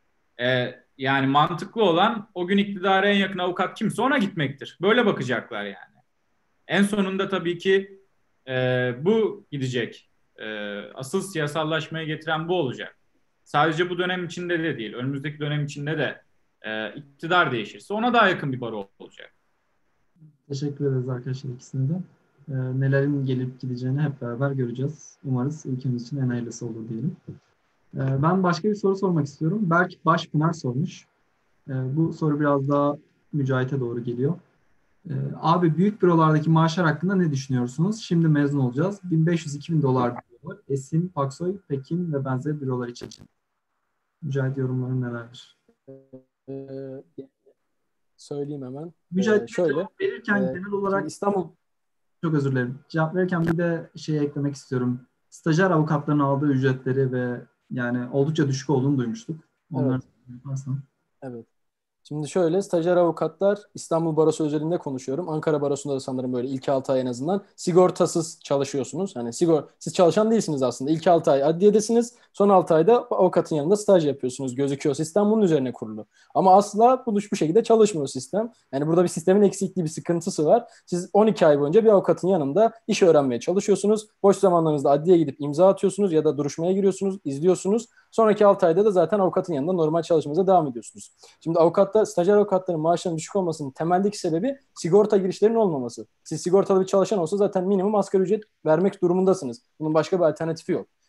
Yani mantıklı olan, o gün iktidara en yakın avukat kimse ona gitmektir. Böyle bakacaklar yani. En sonunda tabii ki bu gidecek. Asıl siyasallaşmaya getiren bu olacak. Sadece bu dönem içinde de değil, önümüzdeki dönem içinde de iktidar değişirse ona daha yakın bir baro olacak. Teşekkür ederiz arkadaşlar, ikisine de. Nelerin gelip gideceğini hep beraber göreceğiz. Umarız ülkemiz için en hayırlısı olur diyelim. Ben başka bir soru sormak istiyorum. Berk Başpınar sormuş. Bu soru biraz daha Mücahit'e doğru geliyor. Abi, büyük bürolardaki maaşlar hakkında ne düşünüyorsunuz? Şimdi mezun olacağız. 1500-2000 dolar diyorlar. Esin, Paksoy, Pekin ve benzer bürolar için. Mücahit, yorumların nelerdir? Ee, Söyleyeyim hemen. Mücahit, Şöyle. cevap verirken genel olarak İstanbul... Çok özür dilerim. Cevap verirken bir de eklemek istiyorum. Stajyer avukatların aldığı ücretleri ve yani oldukça düşük olduğunu duymuştuk. Onları yaparsan. Evet. Şimdi şöyle, stajyer avukatlar, İstanbul Barosu özelinde konuşuyorum. Ankara Barosu'nda da sanırım böyle ilk 6 ay en azından sigortasız çalışıyorsunuz. Hani siz çalışan değilsiniz aslında. İlk 6 ay adliyedesiniz. Son 6 ayda avukatın yanında staj yapıyorsunuz. Gözüküyor. Sistem bunun üzerine kurulu. Ama asla bu şekilde çalışmıyor sistem. Yani burada bir sistemin eksikliği, bir sıkıntısı var. Siz 12 ay boyunca bir avukatın yanında iş öğrenmeye çalışıyorsunuz. Boş zamanlarınızda adliyeye gidip imza atıyorsunuz ya da duruşmaya giriyorsunuz, izliyorsunuz. Sonraki 6 ayda da zaten avukatın yanında normal çalışmanıza devam ediyorsunuz. Şimdi stajyer avukatların maaşlarının düşük olmasının temeldeki sebebi sigorta girişlerinin olmaması. Siz sigortalı bir çalışan olsa zaten minimum asgari ücret vermek durumundasınız. Bunun başka bir alternatifi yok.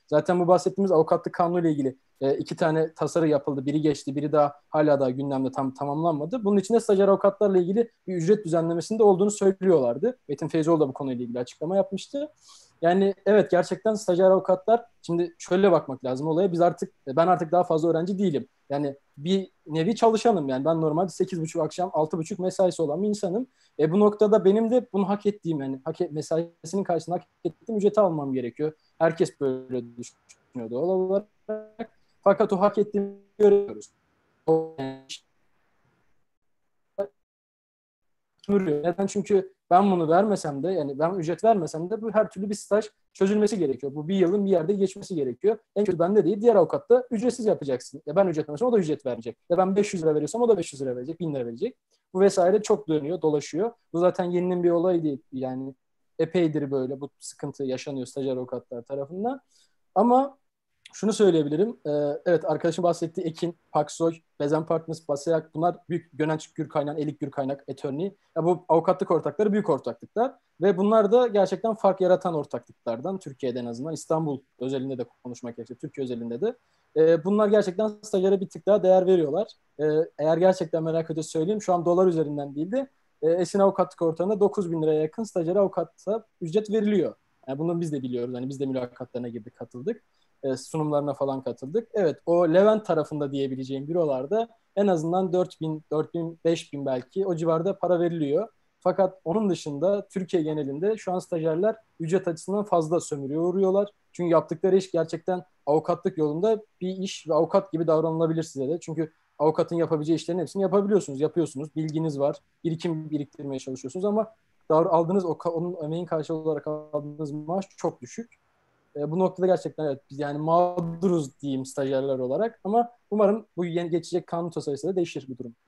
Zaten bu bahsettiğimiz avukatlık kanunu ile ilgili iki tane tasarı yapıldı. Biri geçti, biri daha hala da gündemde tam tamamlanmadı. Bunun içinde stajyer avukatlarla ilgili bir ücret düzenlemesinde olduğunu söylüyorlardı. Metin Feyzoğlu da bu konuyla ilgili açıklama yapmıştı. Yani evet, gerçekten stajyer avukatlar, şimdi şöyle bakmak lazım olaya. Ben artık daha fazla öğrenci değilim. Yani bir nevi çalışanım. Yani ben normalde 8.30 akşam 6.30 mesaisi olan bir insanım. Bu noktada benim de bunu hak ettiğim, yani mesaisinin karşısında hak ettiğim ücreti almam gerekiyor. Herkes böyle düşünüyor doğal olarak. Fakat o hak ettiğimi görüyoruz. Neden? Çünkü ben bunu vermesem de, yani ben ücret vermesem de bu her türlü bir staj çözülmesi gerekiyor. Bu bir yılın bir yerde geçmesi gerekiyor. En kötü bende değil, diğer avukatta ücretsiz yapacaksın. Ya ben ücret vermesem o da ücret verecek. Ya ben 500 lira veriyorsam o da 500 lira verecek, 1000 lira verecek. Bu vesaire çok dönüyor, dolaşıyor. Bu zaten yeninin bir olay değil. Yani epeydir böyle bu sıkıntı yaşanıyor stajyer avukatlar tarafından. Ama şunu söyleyebilirim. Evet, arkadaşım bahsettiği Ekin, Paksoy, Bezen Partners, Basayak, bunlar büyük Gönenç Gürkaynak, Elik Gürkaynak, Attorney. Ya bu avukatlık ortakları büyük ortaklıklar ve bunlar da gerçekten fark yaratan ortaklıklardan, Türkiye'de en azından, İstanbul özelinde de konuşmak gerekirse, Türkiye özelinde de. Bunlar gerçekten stajyere bir tık daha değer veriyorlar. Eğer gerçekten merak ediyorsa söyleyeyim, şu an dolar üzerinden değil de Esin Avukatlık ortamında 9.000 liraya yakın stajyere avukatta ücret veriliyor. Yani bunu biz de biliyoruz. Hani biz de mülakatlarına girdik, katıldık, sunumlarına falan katıldık. Evet, o Levent tarafında diyebileceğim bürolarda en azından 4.000, 4.000, 5.000 belki o civarda para veriliyor. Fakat onun dışında Türkiye genelinde şu an stajyerler ücret açısından fazla sömürüye uğruyorlar. Çünkü yaptıkları iş gerçekten avukatlık yolunda bir iş ve avukat gibi davranılabilir size de. Çünkü avukatın yapabileceği işlerin hepsini yapabiliyorsunuz, yapıyorsunuz. Bilginiz var, birikim biriktirmeye çalışıyorsunuz ama aldığınız onun emeğin karşılığı olarak aldığınız maaş çok düşük. Bu noktada gerçekten evet, biz yani mağduruz diyeyim stajyerler olarak, ama umarım bu yeni geçecek kanun tasarısıyla değişir bu durum.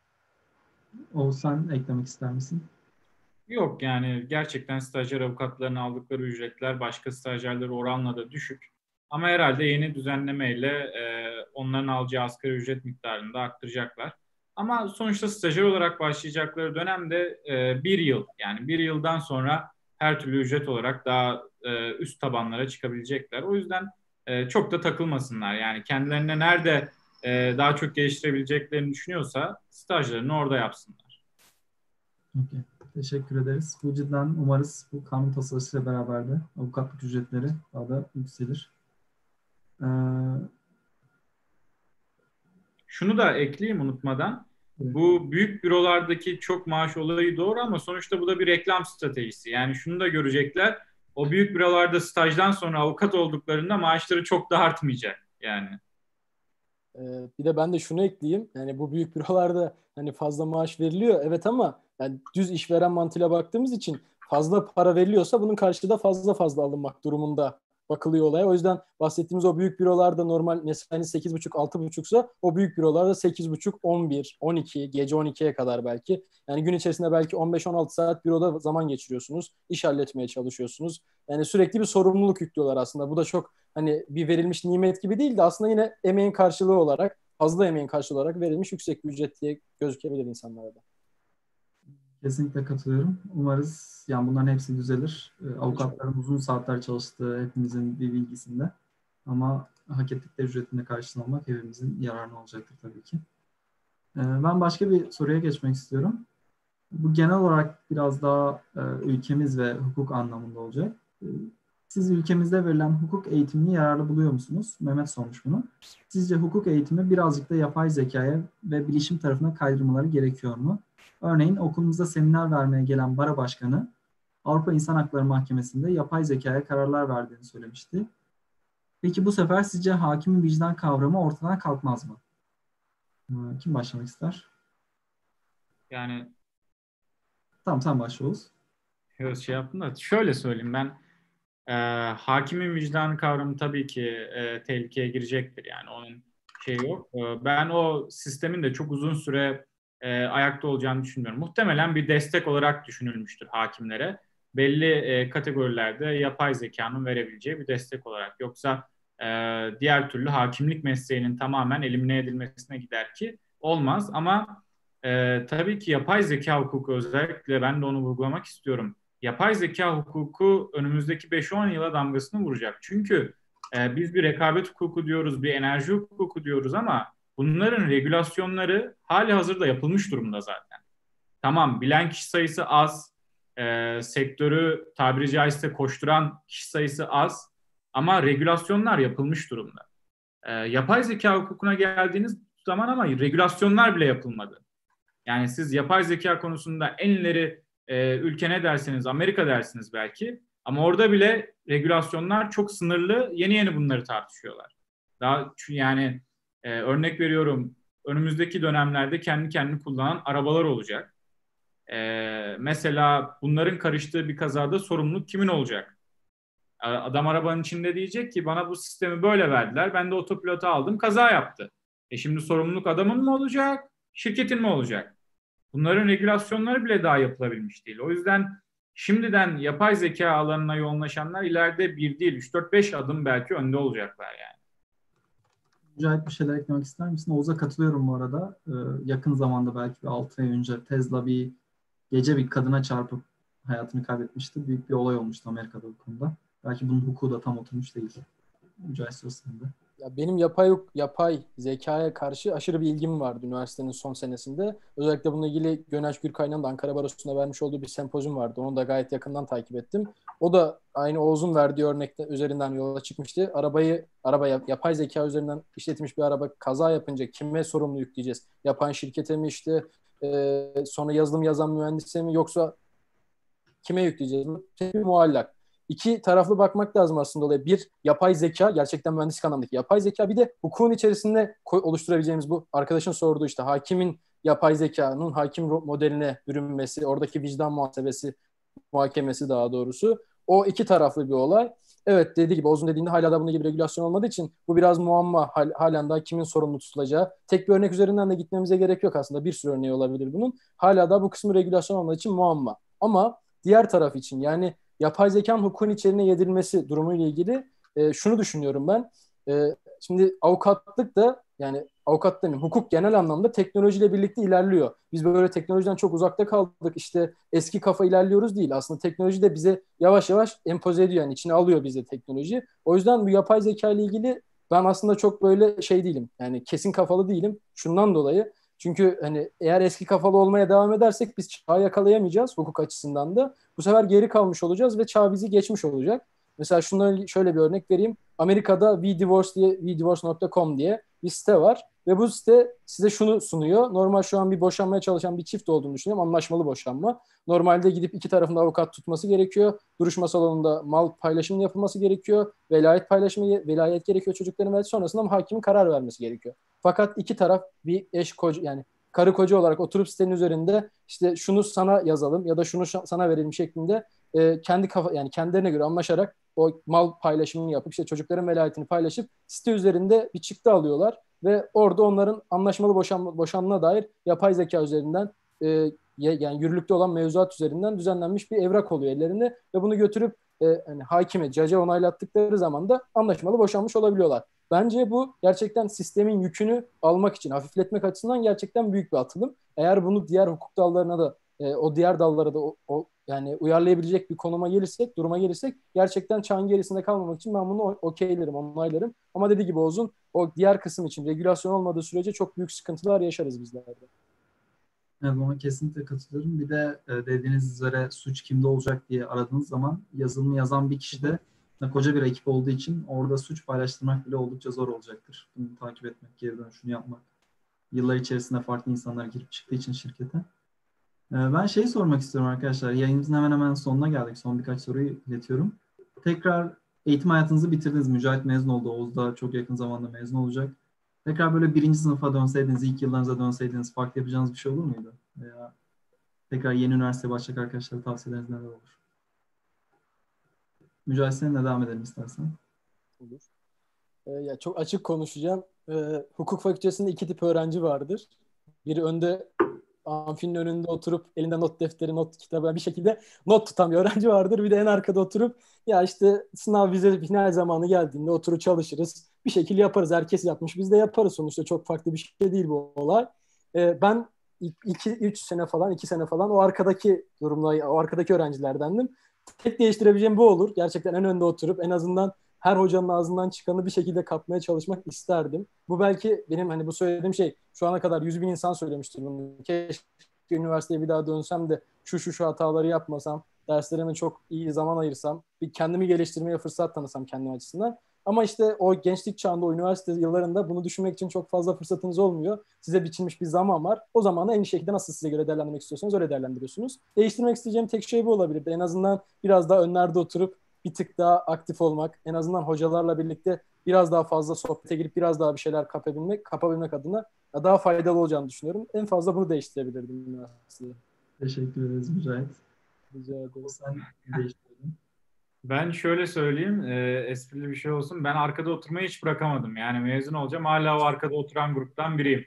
Oğuzhan, eklemek ister misin? Yok, yani gerçekten stajyer avukatların aldıkları ücretler başka stajyerlere oranla da düşük. Ama herhalde yeni düzenlemeyle onların alacağı asgari ücret miktarını da arttıracaklar. Ama sonuçta stajyer olarak başlayacakları dönemde bir yıl, yani bir yıldan sonra her türlü ücret olarak daha üst tabanlara çıkabilecekler. O yüzden çok da takılmasınlar. Yani kendilerine nerede daha çok geliştirebileceklerini düşünüyorsa stajlarını orada yapsınlar. Okay. Teşekkür ederiz. Bu cidden umarız bu kanun tasarısıyla beraber de avukatlık ücretleri daha da yükselir. Ee, Şunu da ekleyeyim unutmadan. evet. Bu büyük bürolardaki çok maaş olayı doğru ama sonuçta bu da bir reklam stratejisi. Yani şunu da görecekler. O büyük bürolarda stajdan sonra avukat olduklarında maaşları çok da artmayacak yani. Bir de ben de şunu ekleyeyim. Yani bu büyük bürolarda hani fazla maaş veriliyor. Evet, ama yani düz işveren mantığıyla baktığımız için fazla para veriliyorsa bunun karşılığında fazla fazla alınmak durumunda bakılıyor olaya. O yüzden bahsettiğimiz o büyük bürolarda normal mesainiz 8.30-6.30'sa o büyük bürolarda 8.30, 11, 12, gece 12'ye kadar belki. Yani gün içerisinde belki 15-16 saat büroda zaman geçiriyorsunuz. İş halletmeye çalışıyorsunuz. Yani sürekli bir sorumluluk yüklüyorlar aslında. Bu da çok hani bir verilmiş nimet gibi değil de aslında yine emeğin karşılığı olarak, fazla emeğin karşılığı olarak verilmiş yüksek bir ücret diye gözükebilir insanlara da. Kesinlikle katılıyorum. Umarız yani bunların hepsi düzelir. Avukatların uzun saatler çalıştığı hepimizin bir bilgisinde. Ama hak ettikleri ücretinde karşılanmak hepimizin yararına olacaktır tabii ki. Ben başka bir soruya geçmek istiyorum. Bu genel olarak biraz daha ülkemiz ve hukuk anlamında olacak. Siz ülkemizde verilen hukuk eğitimini yararlı buluyor musunuz? Mehmet sormuş bunu. Sizce hukuk eğitimi birazcık da yapay zekaya ve bilişim tarafına kaydırmaları gerekiyor mu? Örneğin okulumuzda seminer vermeye gelen bara başkanı Avrupa İnsan Hakları Mahkemesi'nde yapay zekaya kararlar verdiğini söylemişti. Peki bu sefer sizce hakimin vicdan kavramı ortadan kalkmaz mı? Kim başlamak ister? Yani Tamam, sen başla Oğuz. biraz şey yaptım da şöyle söyleyeyim ben. Hakimin vicdanı kavramı tabii ki tehlikeye girecektir. Yani onun şeyi yok. Ben o sistemin de çok uzun süre ayakta olacağını düşünmüyorum. Muhtemelen bir destek olarak düşünülmüştür hakimlere. Belli kategorilerde yapay zekanın verebileceği bir destek olarak. Yoksa diğer türlü hakimlik mesleğinin tamamen elimine edilmesine gider ki olmaz. Ama tabii ki yapay zeka hukuku, özellikle ben de onu vurgulamak istiyorum. Yapay zeka hukuku önümüzdeki 5-10 yıla damgasını vuracak. Çünkü Biz bir rekabet hukuku diyoruz, bir enerji hukuku diyoruz ama bunların regülasyonları hali hazırda yapılmış durumda zaten. Tamam, bilen kişi sayısı az, sektörü tabiri caizse koşturan kişi sayısı az ama regülasyonlar yapılmış durumda. Yapay zeka hukukuna geldiğiniz zaman ama regülasyonlar bile yapılmadı. Yani siz yapay zeka konusunda en ileri ülke ne derseniz Amerika dersiniz belki ama orada bile regülasyonlar çok sınırlı, yeni yeni bunları tartışıyorlar. Daha yani örnek veriyorum, önümüzdeki dönemlerde kendi kendini kullanan arabalar olacak. Mesela bunların karıştığı bir kazada sorumluluk kimin olacak? Adam arabanın içinde diyecek ki bana bu sistemi böyle verdiler. Ben de otopilota aldım, kaza yaptı. Şimdi sorumluluk adamın mı olacak, şirketin mi olacak? Bunların regülasyonları bile daha yapılabilmiş değil. O yüzden şimdiden yapay zeka alanına yoğunlaşanlar ileride bir değil, 3-4-5 adım belki önde olacaklar yani. Mücahit, bir şeyler eklemek ister misin? Oğuz'a katılıyorum bu arada. Yakın zamanda belki bir 6 ay önce Tesla bir gece bir kadına çarpıp hayatını kaybetmişti. Büyük bir olay olmuştu Amerika'da bu konuda. Belki bunun hukuku da tam oturmuş değil. Mücahit söz sende. Ya benim yapay zekaya karşı aşırı bir ilgim vardı üniversitenin son senesinde. Özellikle bununla ilgili Göneş Gürkay'ın da Ankara Barosu'nda vermiş olduğu bir sempozyum vardı. Onu da gayet yakından takip ettim. O da aynı Oğuz'un verdiği örnekte üzerinden yola çıkmıştı. Yapay zeka üzerinden işletilmiş bir araba kaza yapınca kime sorumlu yükleyeceğiz? Yapan şirkete mi işte, sonra yazılım yazan mühendise mi, yoksa kime yükleyeceğiz? Tek bir muallak. İki taraflı bakmak lazım aslında olaya. Bir, yapay zeka, gerçekten mühendislik anlamındaki yapay zeka. Bir de hukukun içerisinde oluşturabileceğimiz bu arkadaşın sorduğu işte hakimin yapay zekanın hakim modeline bürünmesi, oradaki vicdan muhasebesi, muhakemesi daha doğrusu. O iki taraflı bir olay. Evet, dediği gibi, Ozun dediğinde hala da bunun gibi regülasyon olmadığı için bu biraz muamma. Halen daha kimin sorumlu tutulacağı. Tek bir örnek üzerinden de gitmemize gerek yok aslında. Bir sürü örneği olabilir bunun. Hala da bu kısmı regülasyon olmadığı için muamma. Ama diğer taraf için, yani yapay zekanın hukukun içeriğine yedirilmesi durumuyla ilgili şunu düşünüyorum ben. Şimdi avukatlık da, yani avukat demeyeyim, hukuk genel anlamda teknolojiyle birlikte ilerliyor. Biz böyle teknolojiden çok uzakta kaldık. İşte eski kafa ilerliyoruz değil. Aslında teknoloji de bize yavaş yavaş empoze ediyor. Yani içine alıyor bize teknoloji. O yüzden bu yapay zeka ile ilgili ben aslında çok böyle şey değilim. Yani kesin kafalı değilim. Şundan dolayı. Çünkü hani eğer eski kafalı olmaya devam edersek biz çağı yakalayamayacağız hukuk açısından da. Bu sefer geri kalmış olacağız ve çağ bizi geçmiş olacak. Mesela şundan şöyle bir örnek vereyim. Amerika'da vdivorce.com diye bir site var. Ve bu site size şunu sunuyor. Normal şu an bir boşanmaya çalışan bir çift olduğunu düşünüyorum. Anlaşmalı boşanma. Normalde gidip iki tarafında avukat tutması gerekiyor. Duruşma salonunda mal paylaşımının yapılması gerekiyor. Velayet gerekiyor çocukların ve sonrasında hakimin karar vermesi gerekiyor. Fakat iki taraf bir eş koca, yani karı koca olarak oturup sitenin üzerinde işte şunu sana yazalım ya da şunu sana verelim şeklinde yani kendilerine göre anlaşarak o mal paylaşımını yapıp işte çocukların velayetini paylaşıp site üzerinde bir çıktı alıyorlar ve orada onların anlaşmalı boşanmına dair yapay zeka üzerinden yani yürürlükte olan mevzuat üzerinden düzenlenmiş bir evrak oluyor ellerinde ve bunu götürüp hani hakime, caca onaylattıkları zaman da anlaşmalı boşanmış olabiliyorlar. Bence bu gerçekten sistemin yükünü almak için, hafifletmek açısından gerçekten büyük bir atılım. Eğer bunu diğer hukuk dallarına da o diğer dallara da yani uyarlayabilecek bir duruma gelirsek gerçekten çağın gerisinde kalmamak için ben bunu okeylerim, onaylarım. Ama dediği gibi Ozun, o diğer kısım için regülasyon olmadığı sürece çok büyük sıkıntılar yaşarız bizler de. Evet, ona kesinlikle katılıyorum. Bir de dediğiniz üzere suç kimde olacak diye aradığınız zaman yazılımı yazan bir kişi de koca bir ekip olduğu için orada suç paylaştırmak bile oldukça zor olacaktır. Bunu takip etmek, geri dönüşünü yapmak. Yıllar içerisinde farklı insanlar girip çıktığı için şirkete. Ben şeyi sormak istiyorum arkadaşlar. Yayınımızın hemen hemen sonuna geldik. Son birkaç soruyu iletiyorum. Tekrar eğitim hayatınızı bitirdiniz. Mücahit mezun oldu. Oğuz da çok yakın zamanda mezun olacak. Tekrar böyle birinci sınıfa dönseydiniz, ilk yıllarınıza dönseydiniz farklı yapacağınız bir şey olur muydu? Veya tekrar yeni üniversiteye başlayacak arkadaşlara tavsiyeleriniz neler olur? Mücahit, seninle devam edelim istersen. Olur. Ya çok açık konuşacağım. Hukuk fakültesinde iki tip öğrenci vardır. Biri önde, amfinin önünde oturup elinde not defteri, not kitabı bir şekilde not tutan bir öğrenci vardır. Bir de en arkada oturup ya işte sınav, vize, final zamanı geldiğinde oturup çalışırız. Bir şekilde yaparız. Herkes yapmış. Biz de yaparız sonuçta. Çok farklı bir şey değil bu olay. Ben 2 sene falan o arkadaki durumda, o arkadaki öğrencilerdendim. Tek değiştirebileceğim bu olur. Gerçekten en önde oturup en azından her hocanın ağzından çıkanı bir şekilde kapmaya çalışmak isterdim. Bu belki benim hani bu söylediğim şey şu ana kadar 100 bin insan söylemiştir bunu. Keşke üniversiteye bir daha dönsem de şu hataları yapmasam, derslerime çok iyi zaman ayırsam, bir kendimi geliştirmeye fırsat tanısam kendim açısından. Ama işte o gençlik çağında, o üniversite yıllarında bunu düşünmek için çok fazla fırsatınız olmuyor. Size biçilmiş bir zaman var. O zamanı en iyi şekilde nasıl size göre değerlendirmek istiyorsanız öyle değerlendiriyorsunuz. Değiştirmek isteyeceğim tek şey bu olabilirdi. En azından biraz daha önlerde oturup bir tık daha aktif olmak, en azından hocalarla birlikte biraz daha fazla sohbete girip biraz daha bir şeyler kapabilmek adına daha faydalı olacağını düşünüyorum. En fazla bunu değiştirebilirdim üniversitede. Teşekkür ederiz Mücahit. Rica ederim. Sen değiştirdin. Ben şöyle söyleyeyim, esprili bir şey olsun. Ben arkada oturmayı hiç bırakamadım. Yani mezun olacağım. Hala o arkada oturan gruptan biriyim.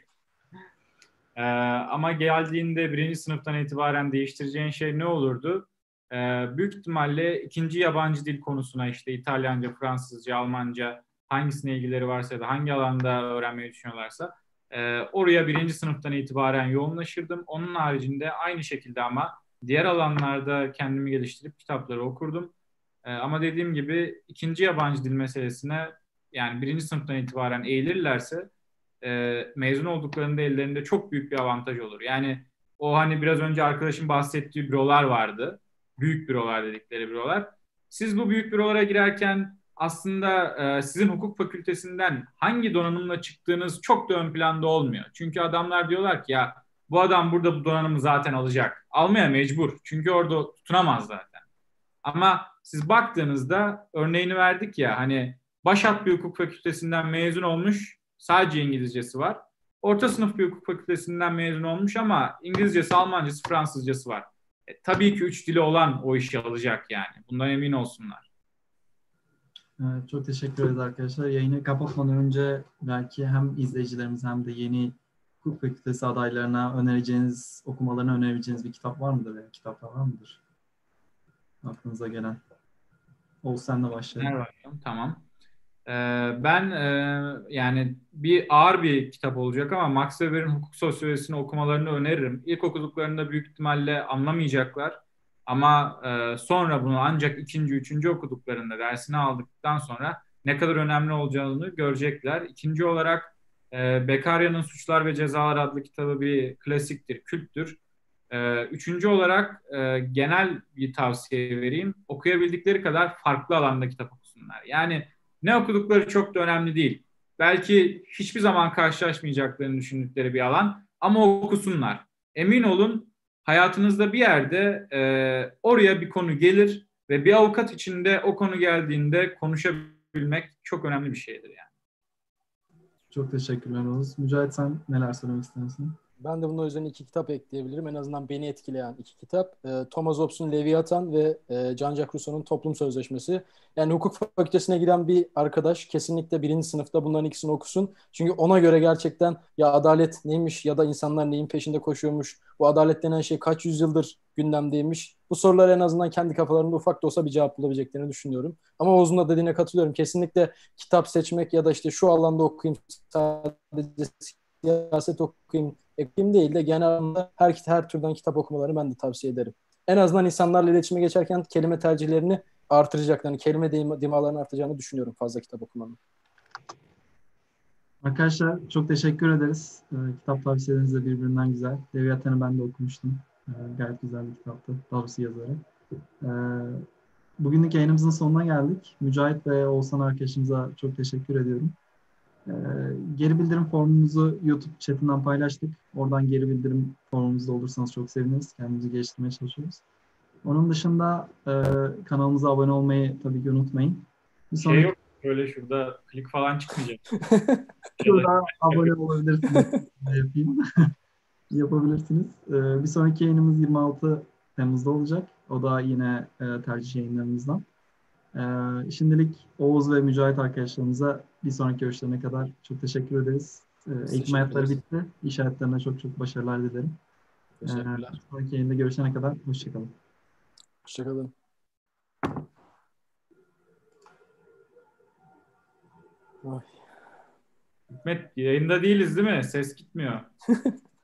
Ama geldiğinde birinci sınıftan itibaren değiştireceğin şey ne olurdu? Büyük ihtimalle ikinci yabancı dil konusuna işte İtalyanca, Fransızca, Almanca hangisine ilgileri varsa ya da hangi alanda öğrenmeyi düşünüyorlarsa oraya birinci sınıftan itibaren yoğunlaşırdım. Onun haricinde aynı şekilde ama diğer alanlarda kendimi geliştirip kitapları okurdum. Ama dediğim gibi ikinci yabancı dil meselesine yani birinci sınıftan itibaren eğilirlerse mezun olduklarında ellerinde çok büyük bir avantaj olur. Yani o hani biraz önce arkadaşım bahsettiği bürolar vardı. Büyük bürolar dedikleri bürolar. Siz bu büyük bürolara girerken aslında sizin hukuk fakültesinden hangi donanımla çıktığınız çok da ön planda olmuyor. Çünkü adamlar diyorlar ki ya bu adam burada bu donanımı zaten alacak. Almaya mecbur. Çünkü orada tutunamaz zaten. Ama siz baktığınızda örneğini verdik ya hani başat bir hukuk fakültesinden mezun olmuş sadece İngilizcesi var. Orta sınıf bir hukuk fakültesinden mezun olmuş ama İngilizcesi, Almancası, Fransızcası var. Tabii ki 3 dili olan o işi alacak yani. Bundan emin olsunlar. Evet, çok teşekkür ederiz arkadaşlar. Yayını kapatmadan önce belki hem izleyicilerimiz hem de yeni hukuk fakültesi adaylarına okumalarını önereceğiniz bir kitap var mıdır? Yani kitaplar var mıdır? Aklınıza gelen. Oğuz senle başlayalım. Tamam. Ben yani bir ağır bir kitap olacak ama Max Weber'in hukuk sosyolojisini okumalarını öneririm. İlk okuduklarında büyük ihtimalle anlamayacaklar. Ama sonra bunu ancak ikinci, üçüncü okuduklarında dersini aldıktan sonra ne kadar önemli olacağını görecekler. İkinci olarak Beccaриa'nın Suçlar ve Cezalar adlı kitabı bir klasiktir, külttür. Üçüncü olarak genel bir tavsiye vereyim. Okuyabildikleri kadar farklı alanda kitap okusunlar. Yani ne okudukları çok da önemli değil. Belki hiçbir zaman karşılaşmayacaklarını düşündükleri bir alan ama okusunlar. Emin olun hayatınızda bir yerde oraya bir konu gelir ve bir avukat içinde o konu geldiğinde konuşabilmek çok önemli bir şeydir yani. Çok teşekkürler Oğuz. Mücahit sen neler söylemek istersin? Ben de bunun üzerine 2 kitap ekleyebilirim. En azından beni etkileyen 2 kitap. Thomas Hobbes'un Leviathan ve Jean-Jacques Rousseau'nun Toplum Sözleşmesi. Yani hukuk fakültesine giden bir arkadaş kesinlikle birinci sınıfta bunların ikisini okusun. Çünkü ona göre gerçekten ya adalet neymiş ya da insanlar neyin peşinde koşuyormuş. Bu adalet denen şey kaç yüzyıldır gündemdeymiş. Bu sorulara en azından kendi kafalarında ufak da olsa bir cevap bulabileceklerini düşünüyorum. Ama Oğuz'un da dediğine katılıyorum. Kesinlikle kitap seçmek ya da işte şu alanda okuyayım sadece siyaset okuyayım ekleyeyim değil de genel anlamda her türden kitap okumalarını ben de tavsiye ederim. En azından insanlarla iletişime geçerken kelime tercihlerini artıracaklarını, kelime dimalarını artacağını düşünüyorum fazla kitap okumanın. Arkadaşlar çok teşekkür ederiz. Kitap tavsiyeleriniz de birbirinden güzel. Leviathan'ı ben de okumuştum. Gayet güzel bir kitaptı. Doğrusu yazarı. Bugünlük yayınımızın sonuna geldik. Mücahit ve Oğuzhan arkadaşımıza çok teşekkür ediyorum. Geri bildirim formumuzu YouTube chatinden paylaştık. Oradan geri bildirim formumuzda olursanız çok seviniriz. Kendimizi geliştirmeye çalışıyoruz. Onun dışında kanalımıza abone olmayı tabii ki unutmayın. Bir sonraki... yok böyle şurada klik falan çıkmayacak. Şurada abone olabilirsiniz. Yapayım. Yapabilirsiniz. Bir sonraki yayınımız 26 Temmuz'da olacak. O da yine tercih yayınlarımızdan. Şimdilik Oğuz ve Mücahit arkadaşlarımıza bir sonraki görüşlerine kadar çok teşekkür ederiz. Eğitim hayatları bitti. İş hayatlarına çok çok başarılar dilerim. Teşekkürler. Bir sonraki yayında görüşene kadar hoşçakalın. Hoşçakalın. Hikmet yayında değiliz değil mi? Ses gitmiyor.